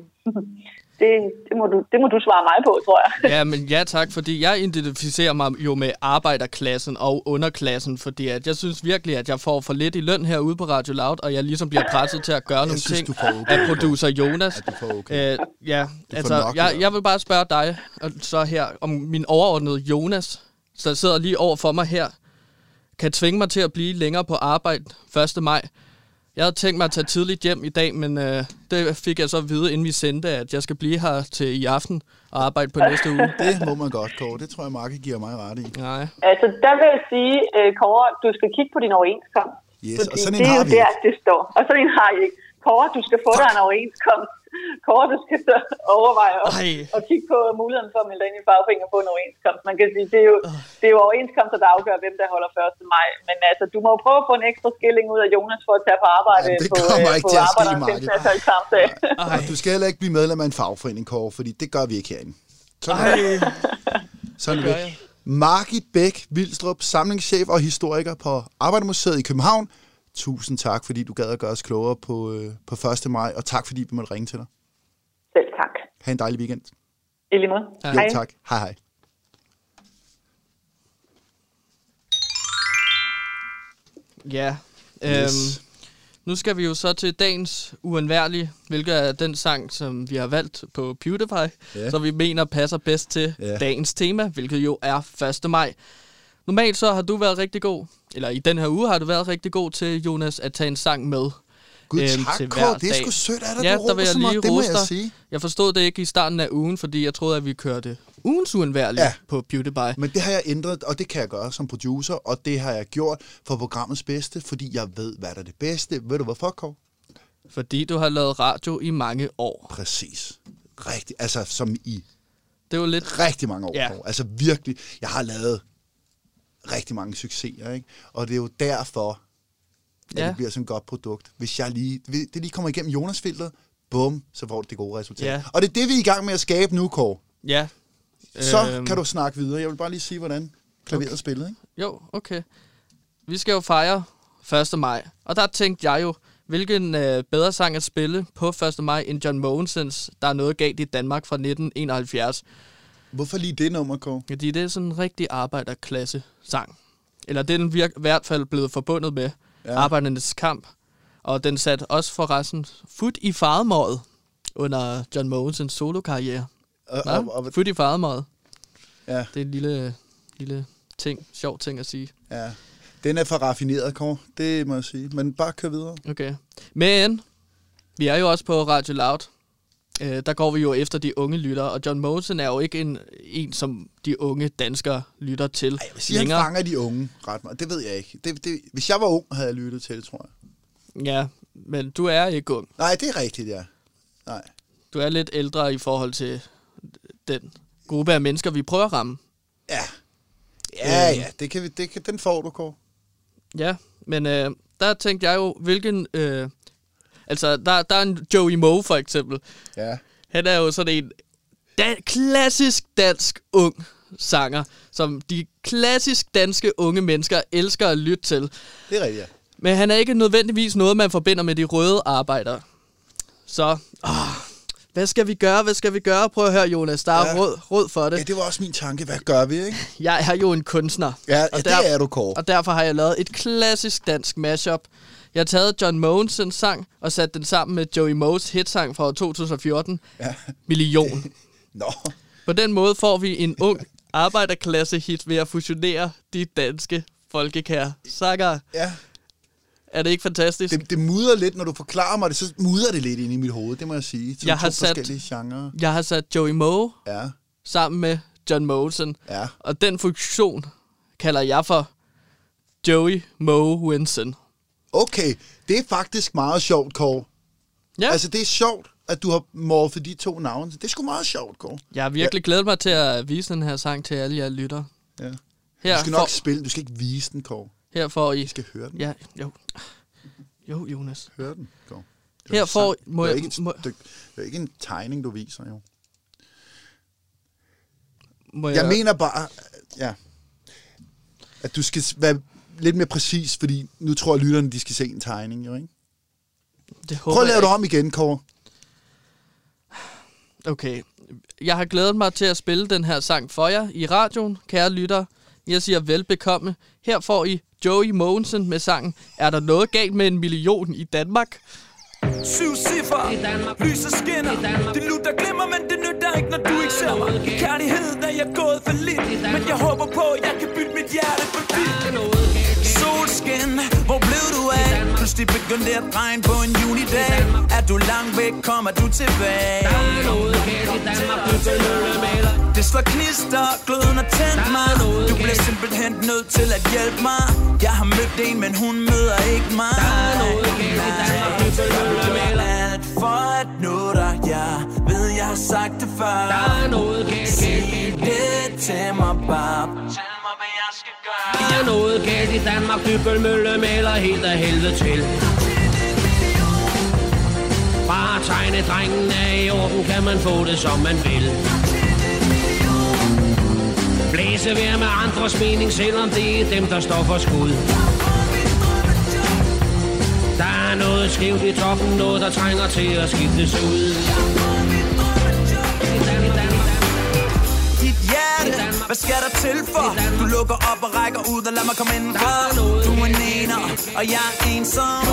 det, det, må du, det må du svare mig på, tror jeg. Ja, men ja tak, fordi jeg identificerer mig jo med arbejderklassen og underklassen, fordi at jeg synes virkelig, at jeg får for lidt i løn herude på Radio Loud, og jeg ligesom bliver presset til at gøre nogle synes, ting okay. af producer Jonas. Ja, okay. øh, ja altså, nok, jeg, jeg vil bare spørge dig, og så her, om min overordnede Jonas, der sidder lige over for mig her, kan tvinge mig til at blive længere på arbejde første maj. Jeg havde tænkt mig at tage tidligt hjem i dag, men øh, det fik jeg så at vide, inden vi sendte, at jeg skal blive her til i aften og arbejde på næste uge. Det må man godt, Kåre. Det tror jeg, Marke giver mig ret i. Nej. Altså, der vil jeg sige, Kåre, du skal kigge på din overenskomst. Yes, og sådan en det er har jo vi der, det står. Og sådan en har I ikke. Kåre, du skal få dig en overenskomst. Kåre, du skal så overveje og, og kigge på muligheden for at melde dig ind i fagforeningen og få en overenskomst. Man kan sige, det er jo, det er jo overenskomster, der afgør, hvem der holder første maj. Men altså, du må jo prøve at få en ekstra skilling ud af Jonas for at tage på arbejde ja, det på, ikke på Arbejdernes Internationale Kampdag. Og du skal heller ikke blive medlem af en fagforening, Kåre, fordi det gør vi ikke herinde. Sådan er det. Sådan er det. Margit Bæk Vilstrup, samlingschef og historiker på Arbejdermuseet i København. Tusind tak, fordi du gad at gøre os klogere på, øh, på første maj, og tak, fordi vi måtte ringe til dig. Selv tak. Ha' en dejlig weekend. I lige måde. Ja, hej. Tak. Hej hej. Ja, yes. øhm, nu skal vi jo så til dagens uundværlige, hvilket er den sang, som vi har valgt på PewDiePie, yeah. som vi mener passer bedst til yeah. dagens tema, hvilket jo er første maj. Normalt så har du været rigtig god, eller i den her uge har du været rigtig god til, Jonas, at tage en sang med. Gud, øhm, tak, Kåre. Det er sgu sødt af dig, ja, du roser mig. Det må jeg sige. Jeg forstod det ikke i starten af ugen, fordi jeg troede, at vi kørte ugens uundværlige ja. på PewDiePie. Men det har jeg ændret, og det kan jeg gøre som producer, og det har jeg gjort for programmets bedste, fordi jeg ved, hvad der er det bedste. Ved du hvorfor, Kåre? Fordi du har lavet radio i mange år. Præcis. Rigtig, altså som i det var lidt rigtig mange år. Ja. Altså virkelig, jeg har lavet rigtig mange succeser, ikke? Og det er jo derfor, at ja. det bliver sådan et godt produkt. Hvis jeg lige, det lige kommer igennem Jonas-filteret, bum, så får det det gode resultat. Ja. Og det er det, vi er i gang med at skabe nu, Kåre. Ja. Så øhm. kan du snakke videre. Jeg vil bare lige sige, hvordan klaveret okay. spillet, ikke? Jo, okay. Vi skal jo fejre første maj, og der tænkte jeg jo, hvilken øh, bedre sang at spille på første maj end John Mogensens Der er noget galt i Danmark fra nitten enoghalvfjerds. Hvorfor lige det nummer, Kåre? Fordi det er sådan en rigtig arbejderklasse-sang. Eller det er den virk- i hvert fald blevet forbundet med ja. Arbejdernes Kamp. Og den satte også forresten fod i fademåret under John Mogensens solokarriere. Ja, fod i fademåret. Ja. Det er en lille, lille ting, sjov ting at sige. Ja. Den er for raffineret, Kåre. Det må jeg sige. Men bare kør videre. Okay. Men vi er jo også på Radio Loud. Øh, der går vi jo efter de unge lyttere, og John Mogensen er jo ikke en, en som de unge danskere lytter til. Ej, jeg vil sige, han fanger de unge ret meget. Det ved jeg ikke. Det, det, hvis jeg var ung, havde jeg lyttet til det, tror jeg. Ja, men du er ikke ung. Nej, det er rigtigt, ja. Nej. Du er lidt ældre i forhold til den gruppe af mennesker, vi prøver at ramme. Ja. Ja, ja, det kan vi, det kan, den får du, Kåre. Ja, men øh, der tænkte jeg jo, hvilken... Øh, altså, der, der er en Joey Moe, for eksempel. Ja. Han er jo sådan en da- klassisk dansk ung sanger, som de klassisk danske unge mennesker elsker at lytte til. Det er rigtigt, ja. Men han er ikke nødvendigvis noget, man forbinder med de røde arbejdere. Så, åh, hvad skal vi gøre? Hvad skal vi gøre? Prøv at høre, Jonas. Der er Ja. råd, råd for det. Ja, det var også min tanke. Hvad gør vi, ikke? Jeg er jo en kunstner. Ja, ja og det der, er du, Kåre. Og derfor har jeg lavet et klassisk dansk mashup. Jeg har taget John Mogensens sang og sat den sammen med Joey Moes hitsang fra to tusind og fjorten. Ja. Million. Nå. På den måde får vi en ung arbejderklasse-hit ved at fusionere de danske folkekære sanger. Ja. Er det ikke fantastisk? Det, det mudrer lidt, når du forklarer mig det, så mudrer det lidt ind i mit hoved, det må jeg sige. Som Jeg to har sat- forskellige genrer. Jeg har sat Joey Moe Ja, sammen med John Mogensen. ja. Og den funktion kalder jeg for Joey Mogensen. Okay, det er faktisk meget sjovt, Kåre. Ja, Altså, det er sjovt, at du har morfet de to navne. Det er sgu meget sjovt, Kåre. jeg har virkelig ja. glædet mig til at vise den her sang til alle jer lyttere. Ja. Her Du skal får, nok spille, du skal ikke vise den, Kåre. her får I... Du skal høre den. Ja, jo. Jo, Jonas. Hør den, Kåre. Det er Her en får... sang. Må Det er jeg, ikke et må, stykke, det er ikke en tegning, du viser, jo. må Jeg mener bare, ja, at du skal være lidt mere præcis, fordi nu tror jeg, lytterne, de skal se en tegning, jo, ikke? det håber Prøv at lave jeg det om igen, Kåre. Okay. Jeg har glædet mig til at spille den her sang for jer i radioen, kære lyttere. Jeg siger velbekomme. Her får I Joey Mogensen med sangen Er der noget galt med en million i Danmark? Syv ciffer, lys og skinner. Det lutter glimmer, men det nytter ikke, når du ikke ser mig. I kærligheden er jeg gået for lidt, men jeg håber på, at jeg kan bytte mit hjerte for dit. Solskin, hvor blev du af? Pludselig begyndte det at regne på en junidag. Er du langt væk, kommer du tilbage. Det slår knister, gløden har tændt mig. Du bliver simpelthen nødt til at hjælpe mig. Jeg har mødt en, men hun møder ikke mig. Alt for at nå dig, jeg ved, jeg har sagt det før. Der er noget galt. Sig det til mig, bab. Fortæl mig, hvad jeg skal gøre. Der er noget galt i Danmark. Dybbølmølle maler helt af helvede til. Bare tegne drengen af i orden, kan man få det, som man vil. Blæse vejr med andres mening, selvom det er dem, der står for skud. Der er noget skævt i toppen, noget der trænger til at skiftes ud. Dit hjerte, hvad skal der til for? Du lukker op og rækker ud og lad mig komme indenfor. Du er en ener, og jeg er ensom.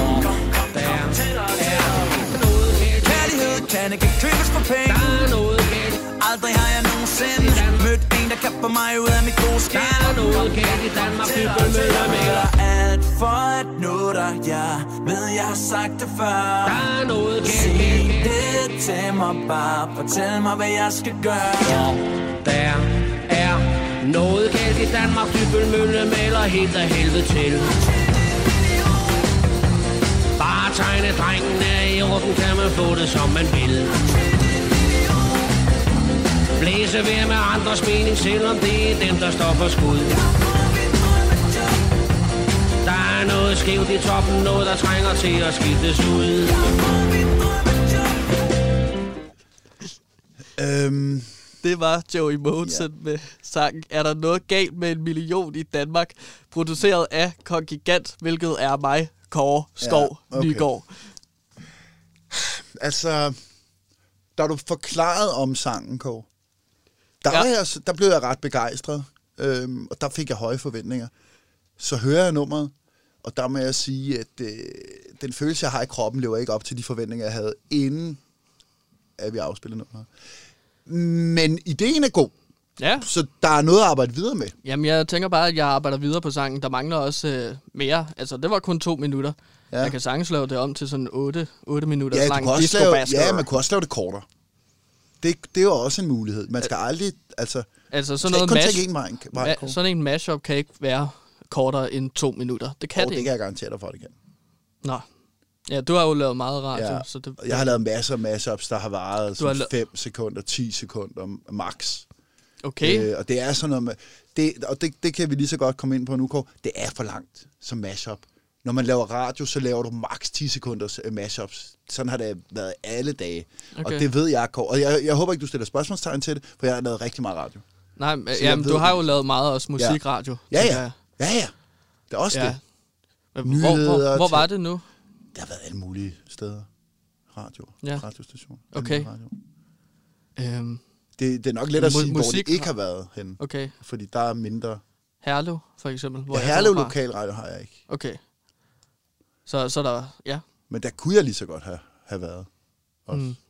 Kærlighed kan ikke købes for penge. Aldrig har jeg nogensinde mødt en, der kan få mig ud af mit gode skin. Der er noget galt i Danmark, dybbølmøller maler. Alt for at nå dig, jeg ved, jeg har sagt det før. Der er noget galt. Sig det til mig, bare fortæl mig, hvad jeg skal gøre. Der er noget galt i Danmark, dybbølmøller maler helt af helvede til. Bare tegne drengen af i orden, kan man få det, som man vil. Blæse vejr med andres mening, selvom det er dem, der står for skud. Der er noget skævt i toppen, noget der trænger til at skiftes ud. Øhm, Det var Joey Mogensen ja. med sangen Er der noget galt med en million i Danmark? Produceret af Kongigant, hvilket er mig, Kåre Skov Ja, okay. Nygaard. altså, da du forklarede om sangen, Kåre, der, Ja. ja. jeg, der blev jeg ret begejstret, øhm, og der fik jeg høje forventninger. Så hører jeg nummeret, og der må jeg sige, at øh, den følelse, jeg har i kroppen, lever ikke op til de forventninger, jeg havde, inden at vi afspillede nummeret. Men ideen er god. Ja. Så der er noget at arbejde videre med. Jamen, jeg tænker bare, at jeg arbejder videre på sangen. Der mangler også øh, mere. Altså, det var kun to minutter. Ja. Jeg kan sagtens lave det om til sådan otte, otte minutter ja, lang disco lave, Ja, man kunne også lave det kortere. Det, det er jo også en mulighed. Man skal aldrig, altså... Altså, sådan noget mash, en vej, vej, ma- sådan en mashup kan ikke være kortere end to minutter. Det kan oh, det det ikke. kan jeg garantere dig for, det kan. Nå. Ja, du har jo lavet meget radio. Ja. Så det, jeg har lavet masser af mashups, der har varet har la- fem sekunder, ti sekunder max. Okay. Øh, og det er sådan noget med... Det, og det, det kan vi lige så godt komme ind på nu, Kåre. Det er for langt som mashup. Når man laver radio, så laver du max ti sekunders uh, mashups. Sådan har det været alle dage. Okay. Og det ved jeg, Kåre. Og jeg, jeg håber ikke, du stiller spørgsmålstegn til det, for jeg har lavet rigtig meget radio. Nej, jamen, du har jo lavet meget også musikradio. Ja, ja. Ja, ja. ja. Det er også ja. det. Hvor, hvor, hvor var det nu? Det har været alle mulige steder. Radio. Ja. Radiostation. Okay. Radio. Øhm, det, det er nok let at sige, mu- hvor musik- det ikke har været henne. Okay. Fordi der er mindre... Herlev, for eksempel. Hvor ja, Herlev lokalradio har jeg ikke. Okay. Så, så der... Ja. Men der kunne jeg lige så godt have, have været. Også. Mm.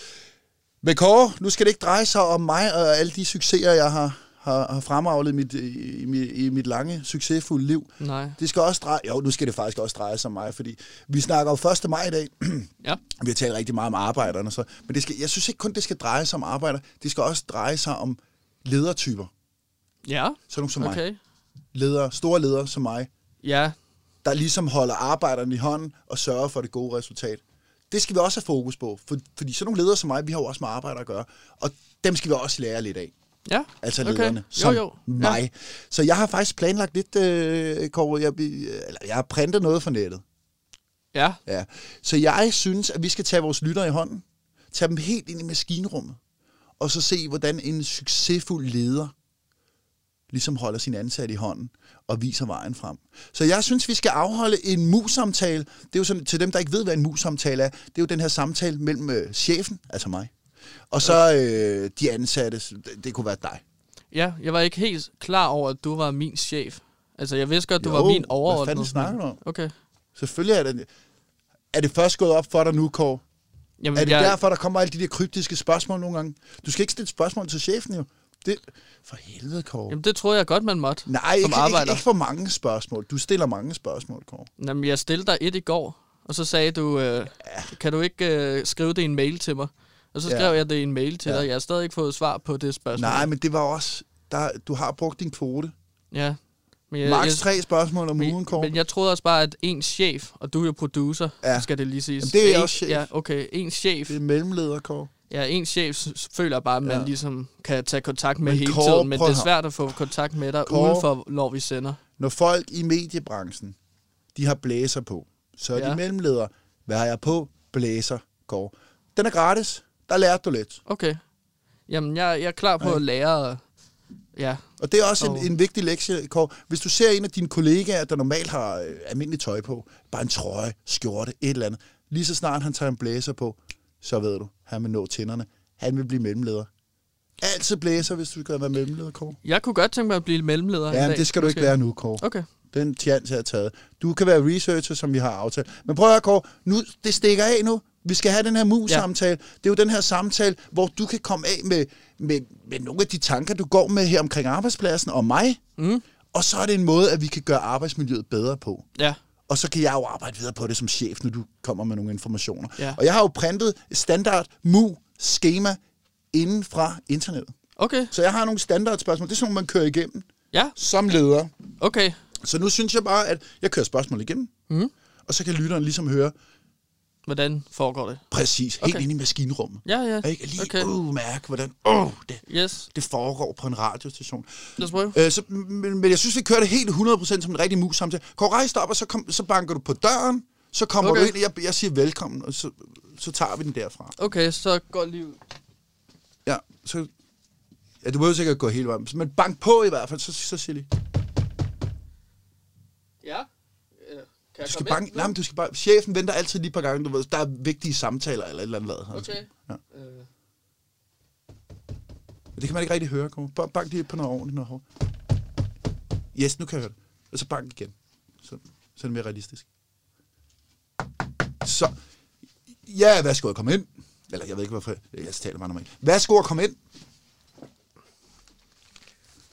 Men Kåre, nu skal det ikke dreje sig om mig og alle de succeser, jeg har, har, har fremavlet i mit, i, mit, i mit lange, succesfulde liv. Nej. Det skal også dreje... Jo, nu skal det faktisk også dreje sig om mig, fordi vi snakker jo første maj i dag. Ja. Vi har talt rigtig meget om arbejderne, så, men det skal, jeg synes ikke kun, det skal dreje sig om arbejder. Det skal også dreje sig om ledertyper. Ja. Sådan nogle som okay. mig. Ledere, store ledere som mig. Ja. Der ligesom holder arbejderne i hånden og sørger for det gode resultat. Det skal vi også have fokus på, for, fordi sådan nogle ledere som mig, vi har jo også med arbejde at gøre, og dem skal vi også lære lidt af. Ja, altså okay. lederne, som jo, jo. mig. Ja. Så jeg har faktisk planlagt lidt, øh, Kåre, jeg, eller jeg har printet noget fra nettet. Ja. ja. Så jeg synes, at vi skal tage vores lyttere i hånden, tage dem helt ind i maskinrummet, og så se, hvordan en succesfuld leder ligesom holder sin ansatte i hånden og viser vejen frem. Så jeg synes, vi skal afholde en mus-samtale. Det er jo sådan, til dem, der ikke ved, hvad en mus-samtale er, det er jo den her samtale mellem øh, chefen, altså mig, og så øh, de ansatte. Det, det kunne være dig. Ja, jeg var ikke helt klar over, at du var min chef. Altså, jeg vidste godt, du jo, var min overordnede. Hvad fanden snakker du om? Okay. Selvfølgelig er det... Er det først gået op for dig nu, Kåre? Jamen, er det jeg... derfor, der kommer alle de der kryptiske spørgsmål nogle gange? Du skal ikke stille spørgsmål til chefen, jo. Det... For helvede, Kåre. Jamen, det troede jeg godt, man måtte. Nej, som ikke, ikke, ikke for mange spørgsmål. Du stiller mange spørgsmål, Kåre. Jamen, jeg stillede dig et i går, og så sagde du, øh, ja. kan du ikke øh, skrive det i en mail til mig? Og så skrev ja. jeg det i en mail til ja. dig. Jeg har stadig ikke fået svar på det spørgsmål. Nej, men det var også... Der, du har brugt din kvote. Ja. Men jeg, Max jeg, tre spørgsmål om ugen, Kåre. Men jeg troede også bare, at en chef, og du er jo producer, ja. skal det lige siges. Jamen, det er en, også chef. Ja, okay. En chef. Det er mellemleder, Kåre. Ja, en chef føler bare, at man ja. ligesom kan tage kontakt med men hele Kåre, tiden, men det er svært at få kontakt med dig Kåre, uden for, når vi sender. Når folk i mediebranchen, de har blæser på, så er ja. de mellemledere. Hvad har jeg på? Blæser, Kåre. Den er gratis. Der lærte du lidt. Okay. Jamen, jeg, jeg er klar på ja. at lære... Ja. Og det er også en, en vigtig lektie, Kåre. Hvis du ser en af dine kollegaer, der normalt har øh, almindeligt tøj på, bare en trøje, skjorte, et eller andet, lige så snart han tager en blæser på, så ved du, han vil nå tænderne. Han vil blive mellemleder. Altid blæser, hvis du skal være mellemleder, Kåre. Jeg kunne godt tænke mig at blive mellemleder. Ja, men det skal du ikke være nu, Kåre. Okay. Den chance jeg har taget. Du kan være researcher, som vi har aftalt. Men prøv at høre, Kåre, nu, det stikker af nu. Vi skal have den her mus-samtale. Ja. Det er jo den her samtale, hvor du kan komme af med, med, med nogle af de tanker, du går med her omkring arbejdspladsen og mig. Mm. Og så er det en måde, at vi kan gøre arbejdsmiljøet bedre på. Ja. Og så kan jeg jo arbejde videre på det som chef, når du kommer med nogle informationer. Ja. Og jeg har jo printet standard mu-skema inden fra internettet. Okay. Så jeg har nogle standardspørgsmål. Det er sådan, man kører igennem ja. som leder. Okay. Så nu synes jeg bare, at jeg kører spørgsmål igennem. Mm. Og så kan lytteren ligesom høre... Hvordan foregår det? Præcis. Helt okay. Inde i maskinrummet. Ja, ja. Og ikke lige okay. uh, mærke, hvordan uh, det, yes. det foregår på en radiostation. Lad os prøve. Øh, så, men, men jeg synes, vi kører det helt hundrede procent som en rigtig mus-samtale. Kåre, rejs dig op, og så, kom, så banker du på døren. Så kommer okay. du ind, og jeg, jeg siger velkommen, og så, så tager vi den derfra. Okay, så går lige ud. Ja, så... Ja, du må jo sikkert gå hele vejen. Men bank på i hvert fald, så, så siger de... Ja. Du skal banke, nej, men du skal bare... Chefen venter altid lige et par gange, du ved. Der er vigtige samtaler eller et eller andet. Hvad, okay. Ja. Øh. Det kan man ikke rigtig høre, Kåre. Bare bank lige på noget ordentligt, noget hårdt. Yes, nu kan jeg høre det. Og så bank igen. Så, så er det mere realistisk. Så... Ja, værsgo at komme ind. Eller jeg ved ikke, hvorfor... Jeg taler bare normalt. Værsgo at komme ind.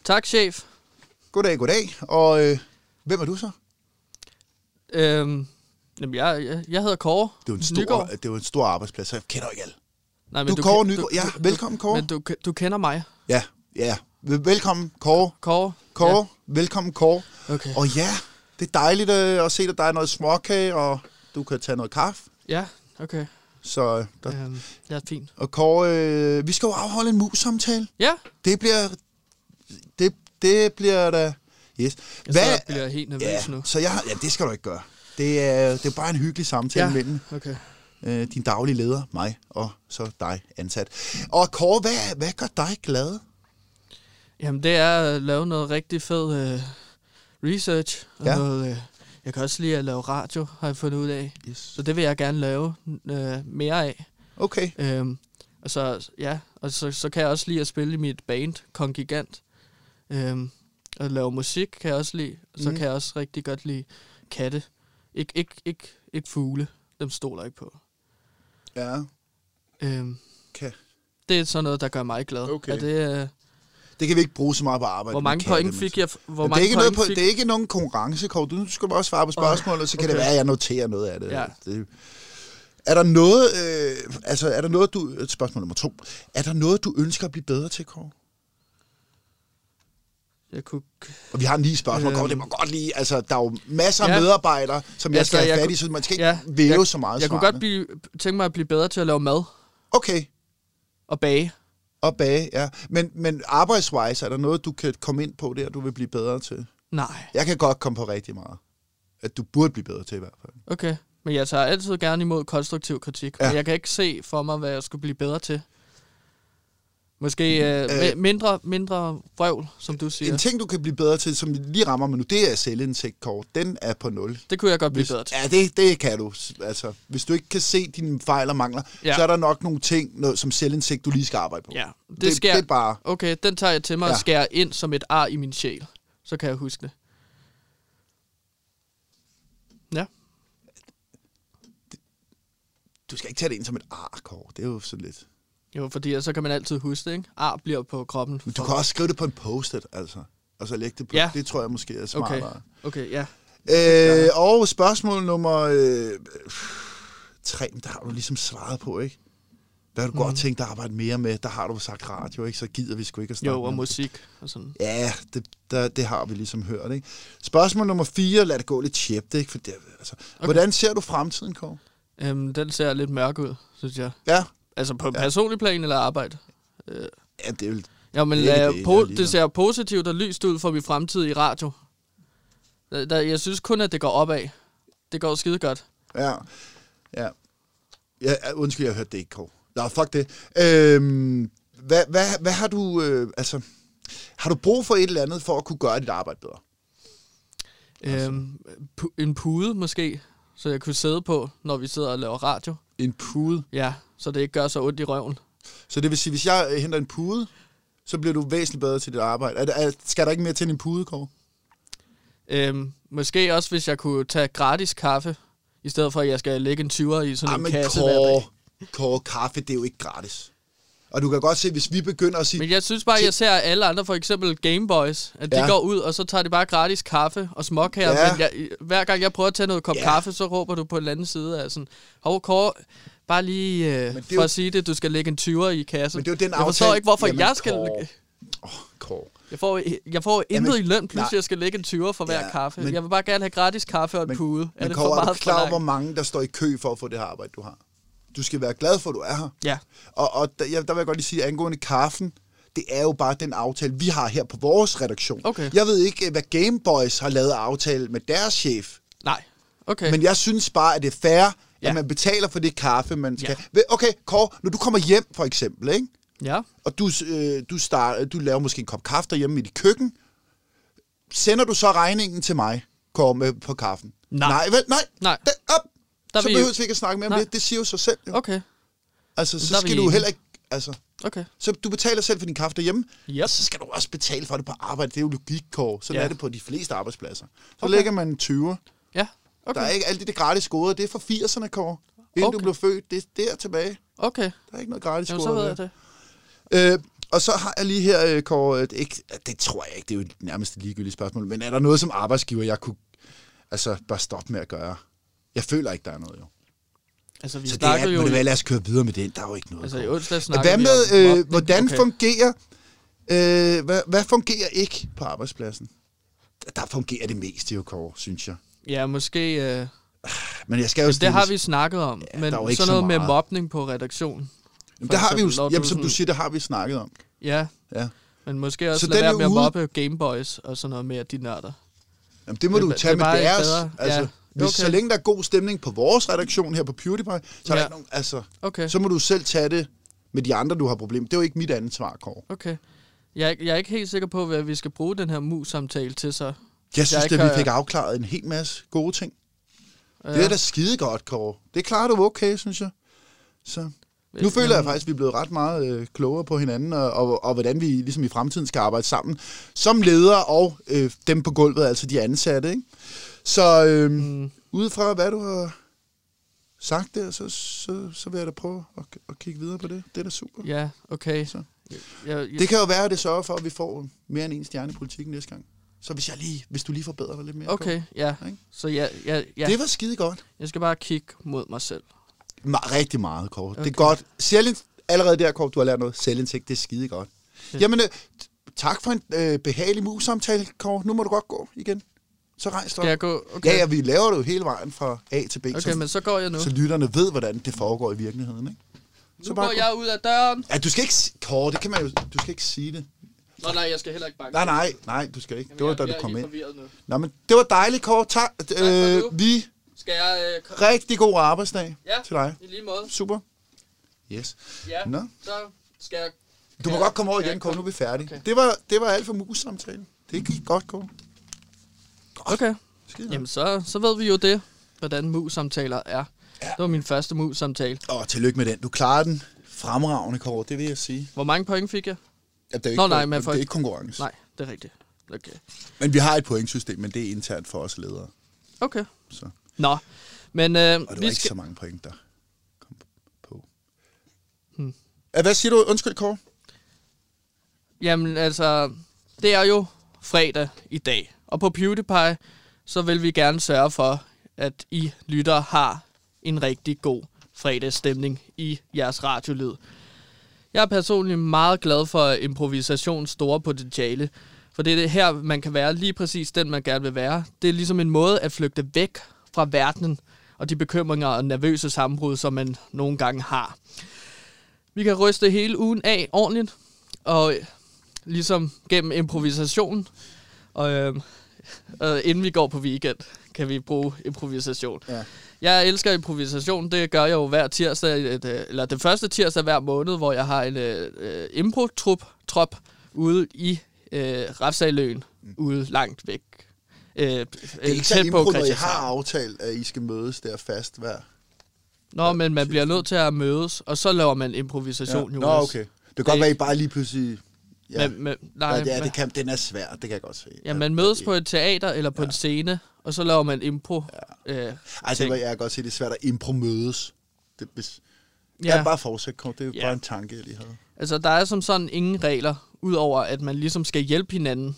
Tak, chef. Goddag, goddag. Og øh, hvem er du så? Øhm, jamen, jeg, jeg, jeg hedder Kåre Det er jo en stor, Nygaard. det er jo en stor arbejdsplads, så jeg kender ikke alle. Nej, Du er Kåre Nygaard. Ja, velkommen, Kåre. Men du, du kender mig. Ja, ja. Velkommen, Kåre. Kåre. Kåre, Ja. Velkommen, Kåre. Okay. Og ja, det er dejligt øh, at se, at der er noget småkage, og du kan tage noget kaffe. Ja, okay. Så, øh, der, Øhm, ja, fint. og Kåre, øh, vi skal jo afholde en mus-samtale. Ja. Det bliver, det, det bliver da, yes. Jeg Hvad? Så bliver jeg helt nervøs ja, nu. Så jeg, ja, det skal du ikke gøre. Det er, det er bare en hyggelig samtale Ja, mellem okay. øh, din daglige leder, mig, og så dig ansat. Og Kåre, hvad, hvad gør dig glad? Jamen, det er at lave noget rigtig fed øh, research. Og Ja. noget, øh, jeg kan også lide at lave radio, har jeg fundet ud af. Yes. Så det vil jeg gerne lave øh, mere af. Okay. Øhm, og så, ja, og så, så kan jeg også lide at spille i mit band, Kongigant. Øhm, og lave musik kan jeg også lide. Og så Mm. kan jeg også rigtig godt lide katte. Ik, ikke, ikke, ikke fugle. Dem stoler jeg ikke på. Ja. Øhm, Okay. det er sådan noget, der gør mig glad. Okay. Er det, øh, Det kan vi ikke bruge så meget på arbejde. hvor med mange katte, point men fik så- jeg? Hvor Men det, er mange ikke noget point på, fik det er ikke nogen konkurrence, Kåre. Du skal bare svare på spørgsmålet, så kan okay. det være, at jeg noterer noget af det. Ja. det er der noget, øh, altså er der noget, du, spørgsmål nummer to, er der noget, du ønsker at blive bedre til, Kåre? Jeg kunne... Og vi har ni spørgsmål, Øhm. Kåre, det må godt lige, altså der er jo masser af Ja. medarbejdere, som jeg Altså, skal have jeg fat i, kunne- så man skal ikke Ja, væve jeg- så meget Jeg kunne svarene. godt blive, tænke mig at blive bedre til at lave mad Okay, og bage. og bage, ja. Men, men arbejdswise, er der noget, du kan komme ind på der, du vil blive bedre til? Nej. Jeg kan godt komme på rigtig meget. At du burde blive bedre til i hvert fald. Okay. Men jeg tager altid gerne imod konstruktiv kritik. Ja. Men jeg kan ikke se for mig, hvad jeg skulle blive bedre til. Måske øh, Øh. øh, mindre, mindre vrøvl, som du siger. En ting, du kan blive bedre til, som lige rammer mig nu, det er selvindsigt, Kåre. Den er på nul. Det kunne jeg godt blive Hvis, bedre til. ja, det, det kan du. Altså, hvis du ikke kan se dine fejl og mangler, Ja. ja. så er der nok nogle ting, noget, som selvindsigt, du lige skal arbejde på. Ja, det, det, sker. det er bare... Okay, den tager jeg til mig Ja. og skærer ind som et ar i min sjæl. Så kan jeg huske det. Ja. Du skal ikke tage det ind som et ar, Kåre. Det er jo sådan lidt... Jo, fordi så kan man altid huske det, ikke? Ar bliver på kroppen. Men du kan også skrive det på en post-it, altså. Og så lægge det på. Ja. Det tror jeg måske er Okay, smartere. okay, ja. Øh, og spørgsmål nummer øh, tre, der har du ligesom svaret på, ikke? Hvad har du mm. godt tænkt dig at arbejde mere med? Der har du sagt radio, ikke? Så gider vi sgu ikke at snakke Jo, og om det. musik og sådan. Ja, det, der, det har vi ligesom hørt, ikke? Spørgsmål nummer fire, lad det gå lidt tjept, ikke? For det, altså, okay. Hvordan ser du fremtiden, Kåre? Øhm, den ser lidt mørk ud, synes jeg. Ja, Altså på Ja. personlig plan eller arbejde? Øh, ja det er jo... ja, men Det er øh, det, po- jeg ligeglad. det ser positivt og lyst ud for min fremtid i radio. Der, der, jeg synes kun, at det går opad. Det går skide godt. Ja, ja. ja undskyld, jeg hørte det ikke, Kåre. Nå, fuck det. Øhm, hvad, hvad, hvad har du... Øh, altså, har du brug for et eller andet for at kunne gøre dit arbejde bedre? Øhm, pu- en pude måske, så jeg kunne sidde på, når vi sidder og laver radio. En pude. Ja, så det ikke gør så ondt i røven. Så det vil sige, hvis jeg øh, henter en pude, så bliver du væsentligt bedre til dit arbejde. Er, er, skal der ikke mere til en pude, Kåre? Øhm, måske også, hvis jeg kunne tage gratis kaffe, i stedet for, at jeg skal lægge en tyver i sådan Ah, en men kasse hver Kåre, dag. Kåre, kaffe, det er jo ikke gratis. Og du kan godt se, hvis vi begynder at sige... Men jeg synes bare, at jeg ser alle andre, for eksempel Gameboys, at de Ja. går ud, og så tager de bare gratis kaffe og småkager. Ja. Men jeg, hver gang jeg prøver at tage noget kop Ja. kaffe, så råber du på en anden side af sådan, hov Kåre, bare lige øh, det er for jo- at sige det, du skal lægge en tyver i kassen. Men det er jo den jeg forstår aftale- ikke, hvorfor Jamen, jeg skal... Kåre. Åh, oh, Kåre. Jeg får, jeg får intet Jamen, i løn, plus nej. jeg skal lægge en tyver for hver Ja, kaffe. men- Jeg vil bare gerne have gratis kaffe og en Men, pude. Er men det Kåre, for er du meget klar over, hvor forlangt? mange, der står i kø for at få det her arbejde, du har? Du skal være glad for, at du er her. Ja. Og, og der, jeg, der vil jeg godt lige sige, at angående kaffen, det er jo bare den aftale, vi har her på vores redaktion. Okay. Jeg ved ikke, hvad Gameboys har lavet aftale med deres chef. Nej. Okay. Men jeg synes bare, at det er fair, Ja. at man betaler for det kaffe, man skal. Ja. Okay, Kåre, når du kommer hjem, for eksempel, ikke? Ja. Og du, øh, du, start, du laver måske en kop kaffe derhjemme i dit køkken, sender du så regningen til mig, Kåre, med på kaffen? Nej. Nej, vel? Nej. Nej. Det, op. Der Så vil behøver I- vi ikke at snakke mere om Nej. det. Det siger jo sig selv. Jo. Okay. Altså, så Der er vi skal du enige. heller ikke... Altså, Okay. så du betaler selv for din kaffe derhjemme, Yep. og så skal du også betale for det på arbejde. Det er jo logik, Kåre. Sådan Ja. er det på de fleste arbejdspladser. Så Okay. lægger man en tyver. Ja. Okay. Der er ikke alt det gratis goder. Det er fra firserne, Kåre. Inden Okay. du blev født, det er der tilbage. Okay. Der er ikke noget gratis Jamen, goder. så ved jeg det. Øh, og så har jeg lige her, øh, Kåre, det, ikke, det tror jeg ikke, det er jo nærmest et ligegyldigt spørgsmål, men er der noget som arbejdsgiver, jeg kunne altså bare stoppe med at gøre? Jeg føler ikke, der er noget, jo. Altså, vi så det er, jo... det være, lad os køre videre med det. Der er jo ikke noget. Altså, i onsdag snakker hvad vi med, om øh, hvordan okay. fungerer... Øh, hvad, hvad fungerer ikke på arbejdspladsen? Der fungerer det meste, jo, Kåre, synes jeg. Ja, måske... Øh... Men jeg skal jo det har vi snakket om, ja, men sådan noget så med mobning på redaktion. Jamen, det har vi jo, jamen, som du siger, det har vi snakket om. Ja, ja. Men måske også lade være med at mobbe Gameboys og sådan noget mere, de nørder. Jamen, det må det, du tage det med deres. Altså, ja. hvis, okay. Så længe der er god stemning på vores redaktion her på PewDiePie, så er ja. der ikke nogen, altså, okay. så må du selv tage det med de andre, du har problemer. Det er jo ikke mit ansvar, Kåre. Okay. Jeg, jeg er ikke helt sikker på, hvad vi skal bruge den her mus-samtale til, så... Jeg synes, at vi fik afklaret en hel masse gode ting. Ja. Det er da skide godt, Kåre. Det klarer du okay, synes jeg. Så... Nu føler jeg faktisk, at vi er blevet ret meget øh, klogere på hinanden, og, og, og hvordan vi ligesom i fremtiden skal arbejde sammen. Som ledere og øh, dem på gulvet, altså de ansatte. Ikke? Så øh, mm. udefra, hvad du har sagt der, så, så, så vil jeg da prøve at, at kigge videre på det. Det er da super. Ja, okay. Så. Jeg, jeg... Det kan jo være, at det sørger for, at vi får mere end en stjerne i politikken næste gang. Så hvis, jeg lige, hvis du lige forbedrer dig lidt mere. Okay, på, ja. Ikke? Så ja, ja, ja. Det var skide godt. Jeg skal bare kigge mod mig selv. Ma- rigtig meget, Kåre. Okay. Det er godt. Selvindsigt, allerede der, Kåre, du har lært noget. Selvindsigt, det er skide godt. Ja. Jamen, øh, tak for en øh, behagelig mus-samtale, Kåre. Nu må du godt gå igen. Så rejs dig. Skal jeg gå? Okay. Ja, ja, vi laver det jo hele vejen fra A til B. Okay, så, men så går jeg nu. Så lytterne ved, hvordan det foregår i virkeligheden, ikke? Så nu bare går jeg ud af døren. Ja, du skal ikke... Kåre, det kan man jo... Du skal ikke sige det. Nå, nej, jeg skal heller ikke banke. Nej, nej, nej, du skal ikke. Jamen, det var jeg, da jeg du kom ind. Nu. Nå, men det var dejligt, Kåre. Tak. tak øh, vi... Skal jeg... Øh, Rigtig god arbejdsdag ja, til dig. i lige måde. Super. Yes. Ja, Nå. så skal jeg... Du må jeg, godt komme over igen, Kåre. Nu er vi færdige. Okay. Det var, det var alt for mus-samtalen. Det gik godt, Kåre. Godt. Okay. Skide. Jamen, så, så ved vi jo det, hvordan mus-samtaler er. Ja. Det var min første mus-samtale. Åh, tillykke med den. Du klarer den fremragende, Kåre. Det vil jeg sige. Hvor mange point fik jeg? Ja, det er ikke, Nå, nej, men det er ikke konkurrence. Nej, det er rigtigt. Okay. Men vi har et pointsystem, men det er internt for os ledere. Okay. Så. Nå, men... Øh, og det var vi ikke skal... så mange point, der kom på. Hmm. Hvad siger du? Undskyld, Kåre. Jamen, altså... Det er jo fredag i dag. Og på PewDiePie, så vil vi gerne sørge for, at I lyttere har en rigtig god fredagsstemning i jeres radiolyd. Jeg er personligt meget glad for improvisations store potentiale, for det er det her, man kan være lige præcis den, man gerne vil være. Det er ligesom en måde at flygte væk fra verdenen og de bekymringer og nervøse sammenbrud, som man nogle gange har. Vi kan ryste hele ugen af ordentligt, og ligesom gennem improvisation, og, øh, og inden vi går på weekend, kan vi bruge improvisation. Ja. Jeg elsker improvisation, det gør jeg jo hver tirsdag, et, eller den første tirsdag hver måned, hvor jeg har en øh, impro-trup trop ude i øh, Refsaløen, mm. ude langt væk. Øh, det er ikke så impro, når I har aftalt, at I skal mødes der fast hver... Nå, men man bliver nødt til at mødes, og så laver man improvisation. Ja. Nå, okay. Det kan godt være, I bare lige pludselig... Ja, men, men, nej, ja det kan, den er svær, det kan jeg godt se. Ja, man mødes på et teater eller på ja. en scene, og så laver man impro. Ja. Øh, altså, jeg kan godt se, det er svært at impro-mødes. Det, hvis, ja. Jeg bare fortsæt, det er jo ja. bare en tanke, jeg lige havde. Altså, der er som sådan ingen regler, udover at man ligesom skal hjælpe hinanden.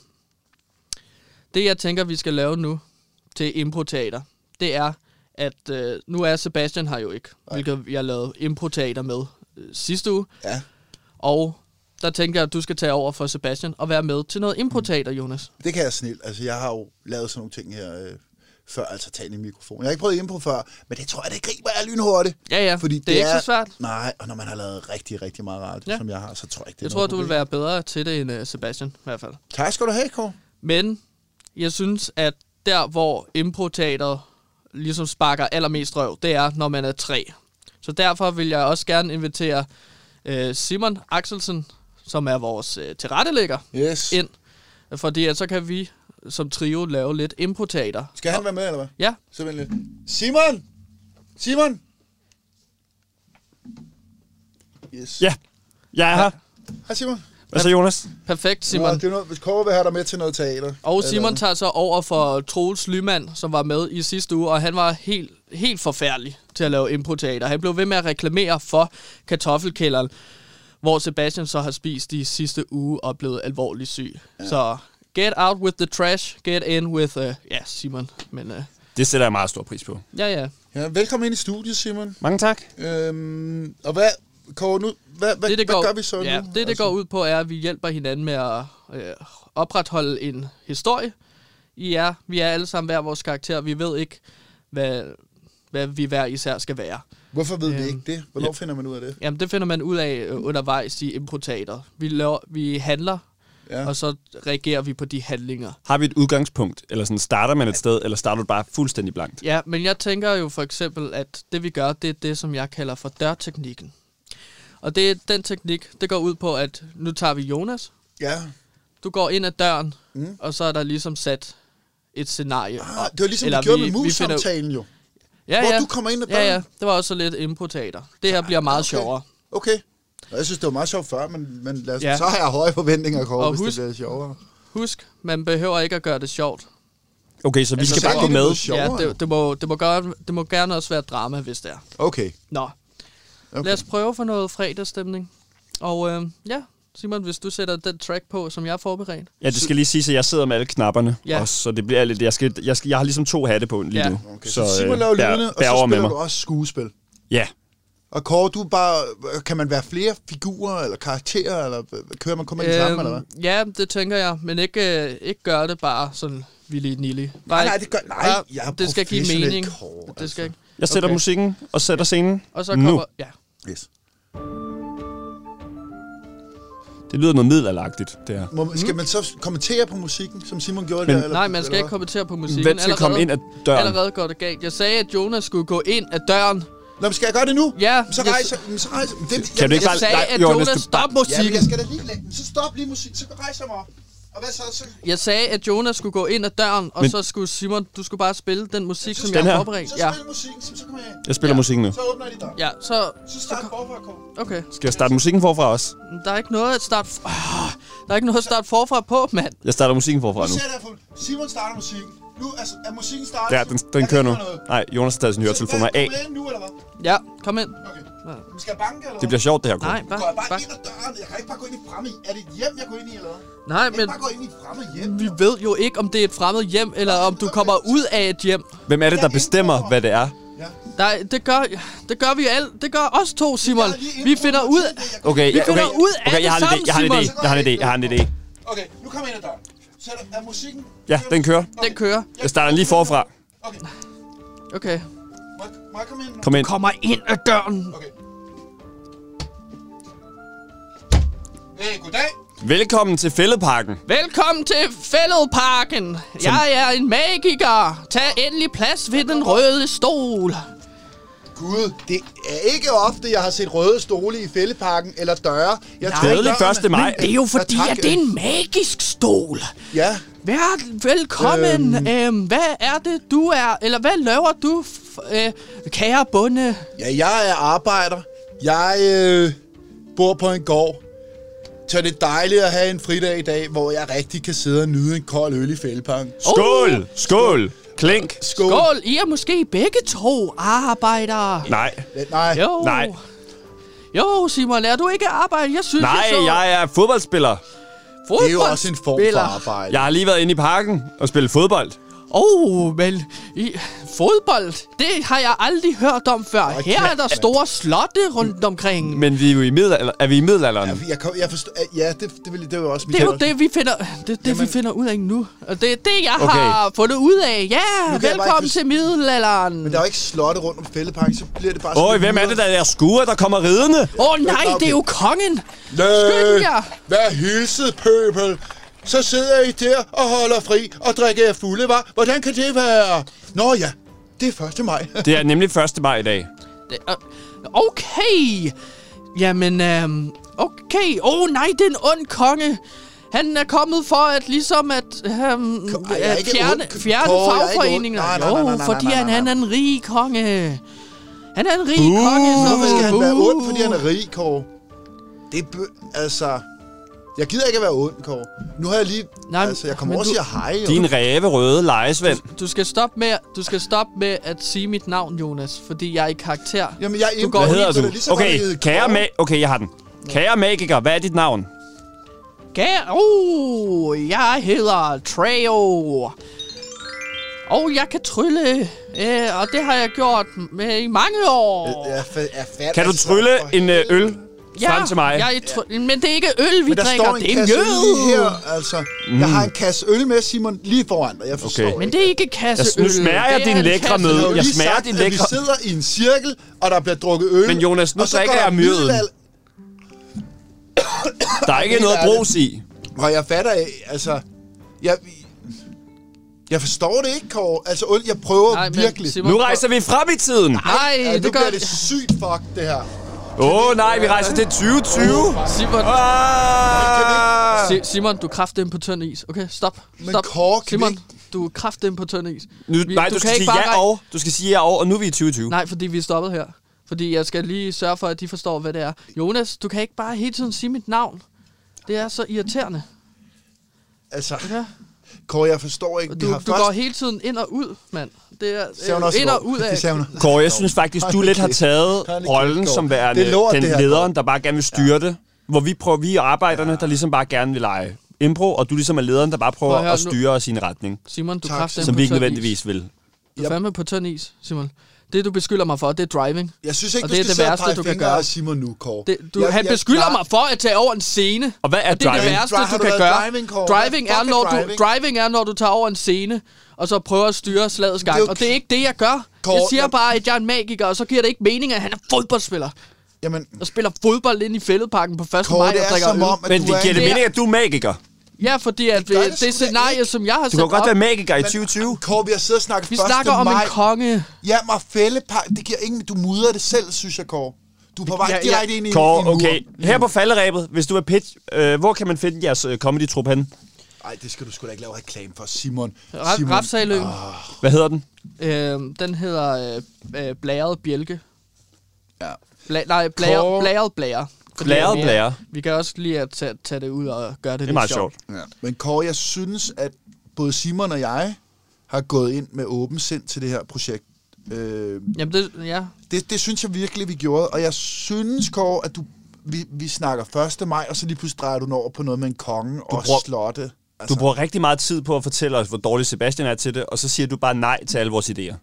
Det, jeg tænker, vi skal lave nu til impro-teater, det er, at øh, nu er Sebastian her jo ikke, nej. hvilket jeg lavede impro-teater med øh, sidste uge. Ja. Og der tænker jeg, at du skal tage over for Sebastian og være med til noget impro-teater, Jonas. Det kan jeg snilt. Altså, jeg har jo lavet sådan nogle ting her øh, før, altså tage en mikrofon. Jeg har ikke prøvet impro før, men det tror jeg, det griber jeg lynhurtigt. Ja, ja, fordi det, det er ikke er, så svært. Nej, og når man har lavet rigtig, rigtig meget radio, ja. som jeg har, så tror jeg ikke, det er Jeg tror, du vil være bedre til det end uh, Sebastian, i hvert fald. Tak skal du have, Kåre. Men jeg synes, at der, hvor impro-teateret ligesom sparker allermest røv, det er, når man er tre. Så derfor vil jeg også gerne invitere uh, Simon Axelsen, som er vores øh, tilrettelægger, yes. ind. Fordi at så kan vi som trio lave lidt impro-teater. Skal han være med, eller hvad? Ja. Så Simon! Simon! Yes. Ja, jeg er her. Hej Simon. Hvad så, Jonas? Perfekt, Simon. Nå, det er noget, hvis Kåre vil have dig med til noget teater. Og Simon eller... tager så over for Troels Lyman, som var med i sidste uge, og han var helt, helt forfærdelig til at lave impro-teater. Han blev ved med at reklamere for Kartoffelkælderen. hvor Sebastian så har spist de sidste uge og blevet alvorligt syg. Ja. Så get out with the trash, get in with, uh, ja, yeah, Simon. Men, uh, det sætter jeg meget stor pris på. Ja, ja. Ja, velkommen ind i studiet, Simon. Mange tak. Øhm, og hvad, Kåre, nu, hvad, hvad, det, det hvad går, gør vi så ja, nu? Det, det altså? går ud på, er, at vi hjælper hinanden med at øh, opretholde en historie. I er, vi er alle sammen hver vores karakter. Vi ved ikke, hvad, hvad vi hver især skal være. Hvorfor ved øhm, vi ikke det? Hvornår ja. finder man ud af det? Jamen, det finder man ud af øh, undervejs i improteater. Vi, laver, vi handler, ja. og så reagerer vi på de handlinger. Har vi et udgangspunkt? Eller sådan, starter man et sted, eller starter du bare fuldstændig blankt? Ja, men jeg tænker jo for eksempel, at det vi gør, det er det, som jeg kalder for dørteknikken. Og det, den teknik, det går ud på, at nu tager vi Jonas. Ja. Du går ind ad døren, mm. og så er der ligesom sat et scenarie. Ah, det var ligesom Eller vi gjorde vi, med mus-samtalen jo. Ja, hvor ja. du kommer ind ad døren. Ja, ja. Det var også lidt improteater. Det her bliver meget okay. sjovere. Okay. Jeg synes, det var meget sjovt før, men, men lad os, ja. så har jeg høje forventninger, Kåre, hvis husk, det bliver sjovere. Husk, man behøver ikke at gøre det sjovt. Okay, så vi altså, skal bare gå med. Ja, det, det, må, det, må gøre, det må gerne også være drama, hvis det er. Okay. Nå. Okay. Lad os prøve for noget fredagsstemning. Og øh, ja, Simon, hvis du sætter den track på, som jeg har forberedt. Ja, det skal lige sige, at jeg sidder med alle knapperne. Ja. Også, så det bliver lidt, jeg, skal, jeg, skal, jeg har ligesom to hatte på lige ja. nu. Okay, så, så Simon laver lydene, og så spiller du også skuespil. Ja. Og Kåre, du bare, kan man være flere figurer eller karakterer, eller kører man, kommer man øhm, sammen, eller hvad? Ja, det tænker jeg, men ikke, øh, ikke gøre det bare sådan vildt-nilly. Nej, nej, det gør, nej, bare, jeg er det skal give mening. Kåre, det skal ikke. Jeg sætter okay. musikken og sætter scenen og så kommer, nu. Ja. Yes. Det lyder noget middelalderagtigt, det her. Må, skal man så kommentere på musikken, som Simon gjorde Men, der? Eller, nej, man skal ikke kommentere på musikken. Hvem skal allerede, komme ind ad døren? Allerede går det galt. Jeg sagde, at Jonas skulle gå ind ad døren. Nå, men skal jeg gøre det nu? Ja. Så rejser jeg. Så rejser det, kan jeg, du ikke jeg bare... sagde, nej, at Jonas, Jonas, stop musikken. Ja, jeg skal da lige lægge den. Så stop lige musikken, så rejser jeg mig op. Og hvad så? så? Jeg sagde, at Jonas skulle gå ind ad døren, og men, så skulle Simon, du skulle bare spille den musik, ja, som jeg har forberedt. Så ja. spil musikken, så, så kommer jeg ind. Jeg spiller ja. musikken nu. Så åbner jeg de døren. Ja, så... Så start så, forfra, Kåre. Okay. Skal jeg starte musikken forfra også? Der er ikke noget at starte... Oh, der er ikke noget at starte forfra på, mand. Jeg starter musikken forfra nu. Nu ser jeg fuldt. Simon starter musikken. Nu altså, er musikken startet. Ja, den, den kører nu. Nej, Jonas har taget sin høretelefoner af. Kommer jeg ind nu, eller hvad? Ja, kom ind. Okay. Ja. Skal jeg banke, eller det bliver sjovt, det her, Kåre. Nej, bare... Går jeg bare bak. ind ad døren? Jeg kan ikke bare gå ind i fremme. Er det et hjem, jeg går ind i, eller hvad? Nej, men... Jeg kan bare gå ind i et fremmed hjem. Vi ved jo ikke, om det er et fremmed hjem, eller om du kommer ud af et hjem. Hvem er det, der bestemmer, hvad det er? Ja. Der, det, gør, det gør vi alle. Det gør os to, Simon. Vi finder ud af... Okay, vi okay, finder okay, ud af okay, jeg har en idé, jeg har en idé, jeg har en idé, jeg har en idé. Okay, nu kommer jeg ind ad døren. Så er musikken... Ja, den kører. Okay. Den kører. Jeg starter lige forfra. Okay. Okay. Må, må jeg komme ind nu? Kom ind. Du kommer ind ad døren. Okay. Hey, goddag. Velkommen til Fælledparken. Velkommen til Fælledparken. Jeg er en magiker. Tag endelig plads ved den røde stol. Gud, det er ikke ofte, jeg har set røde stole i Fælledparken eller døre. Jeg Glædelig første maj. Men det er jo fordi, ja, at det er en magisk stol. Ja. Vær velkommen. Øhm. Øhm, hvad er det, du er? Eller hvad laver du, øh, kære bonde? Ja, jeg er arbejder. Jeg øh, bor på en gård. Så det er dejligt at have en fridag i dag, hvor jeg rigtig kan sidde og nyde en kold øl i Fælledparken. Skål! Oh. Skål! Klink! Skål. Skål! I er måske begge to arbejdere. Nej. Nej. Jo. Nej. Jo, Simon, er du ikke arbejde? Jeg synes, Nej, jeg, så... jeg er fodboldspiller. Det er jo også en form for arbejde. Jeg har lige været inde i parken og spillet fodbold. Åh, oh, men i fodbold, det har jeg aldrig hørt om før. Okay. Her er der store slotte rundt omkring. Men vi er jo i middelalder, er vi i middelalderen? Ja, jeg, jeg forstår, ja, det, det, vil, det er jo også... Det er jo det, vi finder, det, det, vi finder ud af nu. Og det er det, jeg okay. har fundet ud af. Ja, velkommen til middelalderen. Men der er jo ikke slotte rundt om Fælledparken, så bliver det bare... Åh, hvem er det, der er skuer, der kommer ridende? Åh oh, nej, okay. Det er jo kongen. Lø, Skynd jer. Vær hilset, pøbel. Så sidder I der og holder fri og drikker jer fulde, hva'? Hvordan kan det være? Nå ja, det er første maj. Det er nemlig første maj i dag. Det, uh, okay. Jamen, um, okay. Åh oh, nej, det er en ond konge. Han er kommet for at ligesom at, um, Kom, at fjerne, fjerne fagforeningen. Jo, fordi han, han er en rig konge. Han er en rig uh, konge. Hvorfor skal han være ond, fordi han er rig, Kåre? Det er altså... Jeg gider ikke at være ond, Kåre. Nu har jeg lige... Nej, altså, jeg kommer over og siger hej. Jo. Din ræve røde lejesvend. Du, du skal stoppe med, du skal stoppe med at sige mit navn, Jonas, fordi jeg er i karakter. Jamen, jeg er du går Hvad hedder du? Ligesom okay, kære med... Okay, jeg har den. Kære magiker, hvad er dit navn? Kære... Uh, jeg hedder Treo. Og jeg kan trylle, øh, og det har jeg gjort med i mange år. Jeg, jeg, jeg fatter Kan du så trylle for en øh, øl Ja, frem til mig? jeg tr- ja. Men det er ikke øl, vi Men der drikker, står en det er kasse øl lige mjød. her, altså. Mm. Jeg har en kasse øl med, Simon, lige foran dig. Jeg forstår Okay. ikke. Men det er ikke kasseøl. Jeg- nu smager jeg det er din en lækre kasse- mød. Jeg har jo Jeg lige smager sagt, din at vi lækre- sidder i en cirkel, og der bliver drukket øl. Men Jonas, nu og så drikker går jeg der mjøden. middelalder- Der er ikke noget brus i. Og jeg fatter af, altså... Jeg, jeg forstår det ikke, Kåre. Altså, und- jeg prøver Nej, men virkelig. Simon, Nu rejser vi frem i tiden. Nej, Ja, nu det gør bliver det sygt fuck, det her. Åh oh, nej, vi rejser til tyve tyve. Simon, Ah! Si- Simon, du er kraftedeme på tynd is. Okay, stop. Men Stop. Kåre, kan vi Simon, ikke- du er kraftedeme på tynd is. Nu, Vi- nej, du du, kan skal ikke sige bare ja række- og. Du skal sige ja og, og nu er vi i tyve tyve. Nej, fordi vi er stoppet her. Fordi jeg skal lige sørge for, at de forstår, hvad det er. Jonas, du kan ikke bare hele tiden sige mit navn. Det er så irriterende. Altså, Okay? Kåre, jeg forstår ikke. Vi Du, har du først... går hele tiden ind og ud, mand. Det er Sagde hun øh, også i ind går. og ud af... Det sagde hun. Kåre, jeg synes faktisk, du lidt har taget Hold lige rollen kæft, som Kåre. værende Det er lort, den det her, lederen, Kåre. der bare gerne vil styre det. Hvor vi prøver, vi er arbejderne, der ligesom bare gerne vil lege impro, og du ligesom er lederen, der bare prøver Prøv at høre at nu. styre os i en retning, Simon, du er Tak, kraftedeme som på vi ikke tynd is. nødvendigvis vil. Du er fandme på tynd is, Simon. Det, du beskylder mig for, det er driving. Jeg synes ikke, Og du det er skal det sidde og værste, pege du kan fingre gøre. af Simon nu, Kåre. Det, du, Jeg- han jeg- beskylder jeg- mig for at tage over en scene. Og hvad er Og det er det driving? værste, Har du du kan været gøre. driving, Kåre? Driving Hvad er, fuck er når du, driving? driving er, når du tager over en scene, og så prøver at styre slagets gang. Det er jo- Og det er ikke det, jeg gør. Kåre, Jeg siger jeg- bare, at jeg er en magiker, og så giver det ikke mening, at han er fodboldspiller. Jamen, Og spiller fodbold ind i fældeparken på første Kåre, maj det og er drikker som øl. om, at Men du det er giver en... det mening, at du er magiker. Ja, fordi at gør det, det det sgu da scenarie, ikke. som jeg har Du sat kan godt op, være magiker i tyve tyve. Kåre, vi har siddet og snakket vi første snakker om maj. en konge. Ja, mig fældepark. Det giver ingen... Du mudrer det selv, synes jeg, Kåre. Du er på vej Ja, ja. direkte ind i, i en Kåre, mur. okay. Her på falderæbet, hvis du vil pitch, øh, hvor kan man finde jeres øh, comedy-trup henne? Nej, det skal du sgu da ikke lave reklame for, Simon. Ra- Simon. Rafsaløen. Hvad hedder den? Øh, den hedder øh, øh, Blæret Bjælke. Ja. Bla- nej, blæret, Kåre- blæret blære. Fordi Blæret vi- blære. Vi kan også lige at tage, tage det ud og gøre det, Det er lidt meget sjovt. sjovt. Ja. Men Kåre, jeg synes, at både Simon og jeg har gået ind med åben sind til det her projekt. Øh, Jamen, det, ja. det, det synes jeg virkelig, vi gjorde. Og jeg synes, Kåre, at du, vi, vi snakker første maj, og så lige pludselig drejer du den over på noget med en konge og bruger- slotte. Du bruger rigtig meget tid på at fortælle os, hvor dårlig Sebastian er til det, og så siger du bare nej til alle vores idéer.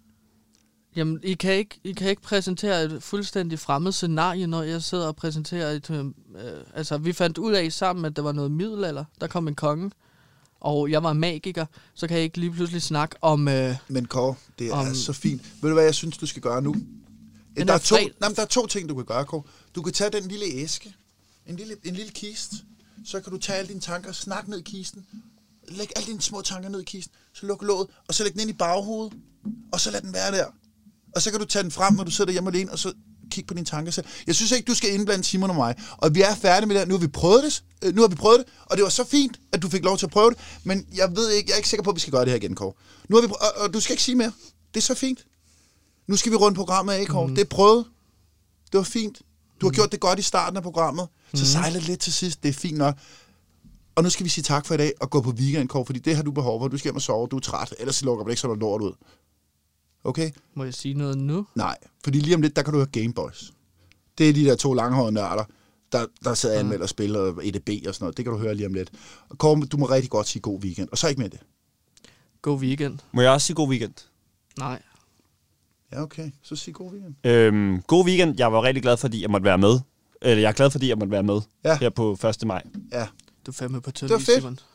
Jamen, I kan, ikke, I kan ikke præsentere et fuldstændig fremmed scenarie, når jeg sidder og præsenterer et... Øh, altså, vi fandt ud af sammen, at der var noget middelalder. Der kom en konge, og jeg var magiker. Så kan jeg ikke lige pludselig snakke om... Øh, Men Kåre, det er Om- så fint. Ved du, hvad jeg synes, du skal gøre nu? Den Der er er, to, fred. nej, men der er to ting, du kan gøre, Kåre. Du kan tage den lille æske, en lille, en lille kiste, så kan du tage alle dine tanker, snak ned i kisten, læg alle dine små tanker ned i kisten, så luk låget, og så læg den ind i baghovedet, og så lad den være der. Og så kan du tage den frem, når du sidder hjemme alene, og så kigge på dine tanker selv. Jeg synes ikke, du skal indblande Simon og mig. Og vi er færdige med det. Nu har vi prøvet det. Øh, Nu har vi prøvet det, og det var så fint, at du fik lov til at prøve det. Men jeg ved ikke, jeg er ikke sikker på, at vi skal gøre det her igen, Kåre. Nu har vi prø- og, og du skal ikke sige mere. Det er så fint. Nu skal vi runde programmet af, Kåre. Mm. Det er prøvet. Det var fint. Du har gjort det godt i starten af programmet. Så sejler lidt til sidst. Det er fint nok. Og nu skal vi sige tak for i dag og gå på weekend, Kåre, fordi det har du behov for. Du skal hjem og sove, du er træt. Ellers lukker du ikke sådan noget lort ud. Okay? må jeg sige noget nu? Nej, fordi lige om lidt, der kan du høre Gameboys. Det er de der to langhårede nørder, der, der sidder og anmelder spil og E D B og sådan noget. Det kan du høre lige om lidt. Og Kåre, du må rigtig godt sige god weekend. Og så ikke med det. God weekend. Må jeg også sige god weekend? Nej. Ja, okay. Så sig god weekend. Øhm, god weekend. Jeg var rigtig glad, fordi jeg måtte være med. Eller jeg er glad, fordi jeg måtte være med Ja. her på første maj. Ja. Du er fandme på tynd Det var is, fedt. Simon.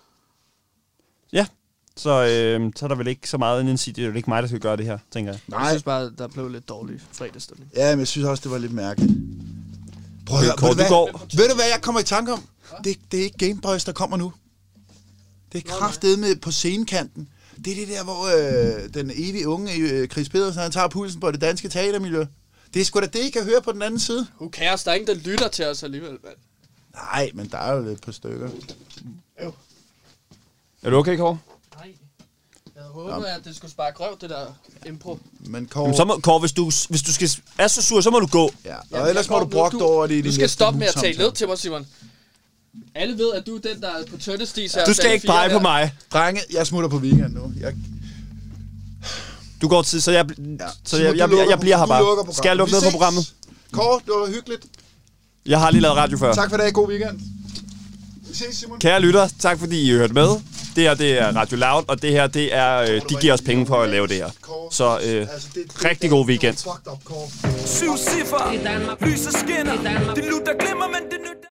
Ja, så, øhm, så er der vel ikke så meget end sige. Det er jo ikke mig, der skal gøre det her, tænker jeg. Jeg Nej. synes bare, der blev lidt dårlig fredagsstemning. Ja, men jeg synes også, det var lidt mærkeligt. Prøv at høre, Kåre, ved, du du går- hvad, ved du, hvad jeg kommer i tanke om? Det, det er ikke Gameboys, der kommer nu. Det er kraftedeme på scenekanten. Det er det der, hvor øh, den evige unge øh, Chris Pedersen, han tager pulsen på det danske teatermiljø. Det er sgu da det, I kan høre på den anden side. Who cares? Der er ingen, der lytter til os alligevel, mand. Nej, men der er jo lidt på stykker. Er du okay, Kåre? Nej. Jeg havde håbet, at det skulle spare grøv, det der impro. Men Kåre... Jamen, så må, Kåre, hvis du, hvis du skal, er så sur, så må du gå. Ja, og Jamen, ellers jeg må går du nu. brokke over det i Du din skal næste stoppe med at tale mus-samtale. ned til mig, Simon. Alle ved, at du er den, der er på tøndestis her. Du skal ikke pege på mig. Drenge, jeg smutter på weekend nu. Jeg... Du går til, så jeg, Ja. så Simon, jeg, du jeg, jeg, lukker jeg bliver her du lukker bare. programmet. Skal jeg lukke Vi ned på ses. programmet? Kåre, det var hyggeligt. Jeg har lige lavet radio før. Tak for det. God weekend. Vi ses, Simon. Kære lytter, tak fordi I hørte med. Det her, det er Radio Loud, og det her, det er, øh, de giver os penge for at lave det her. Så øh, rigtig god weekend. Syv ciffer, lys og skinner. Det lutter glimmer, men det nytter.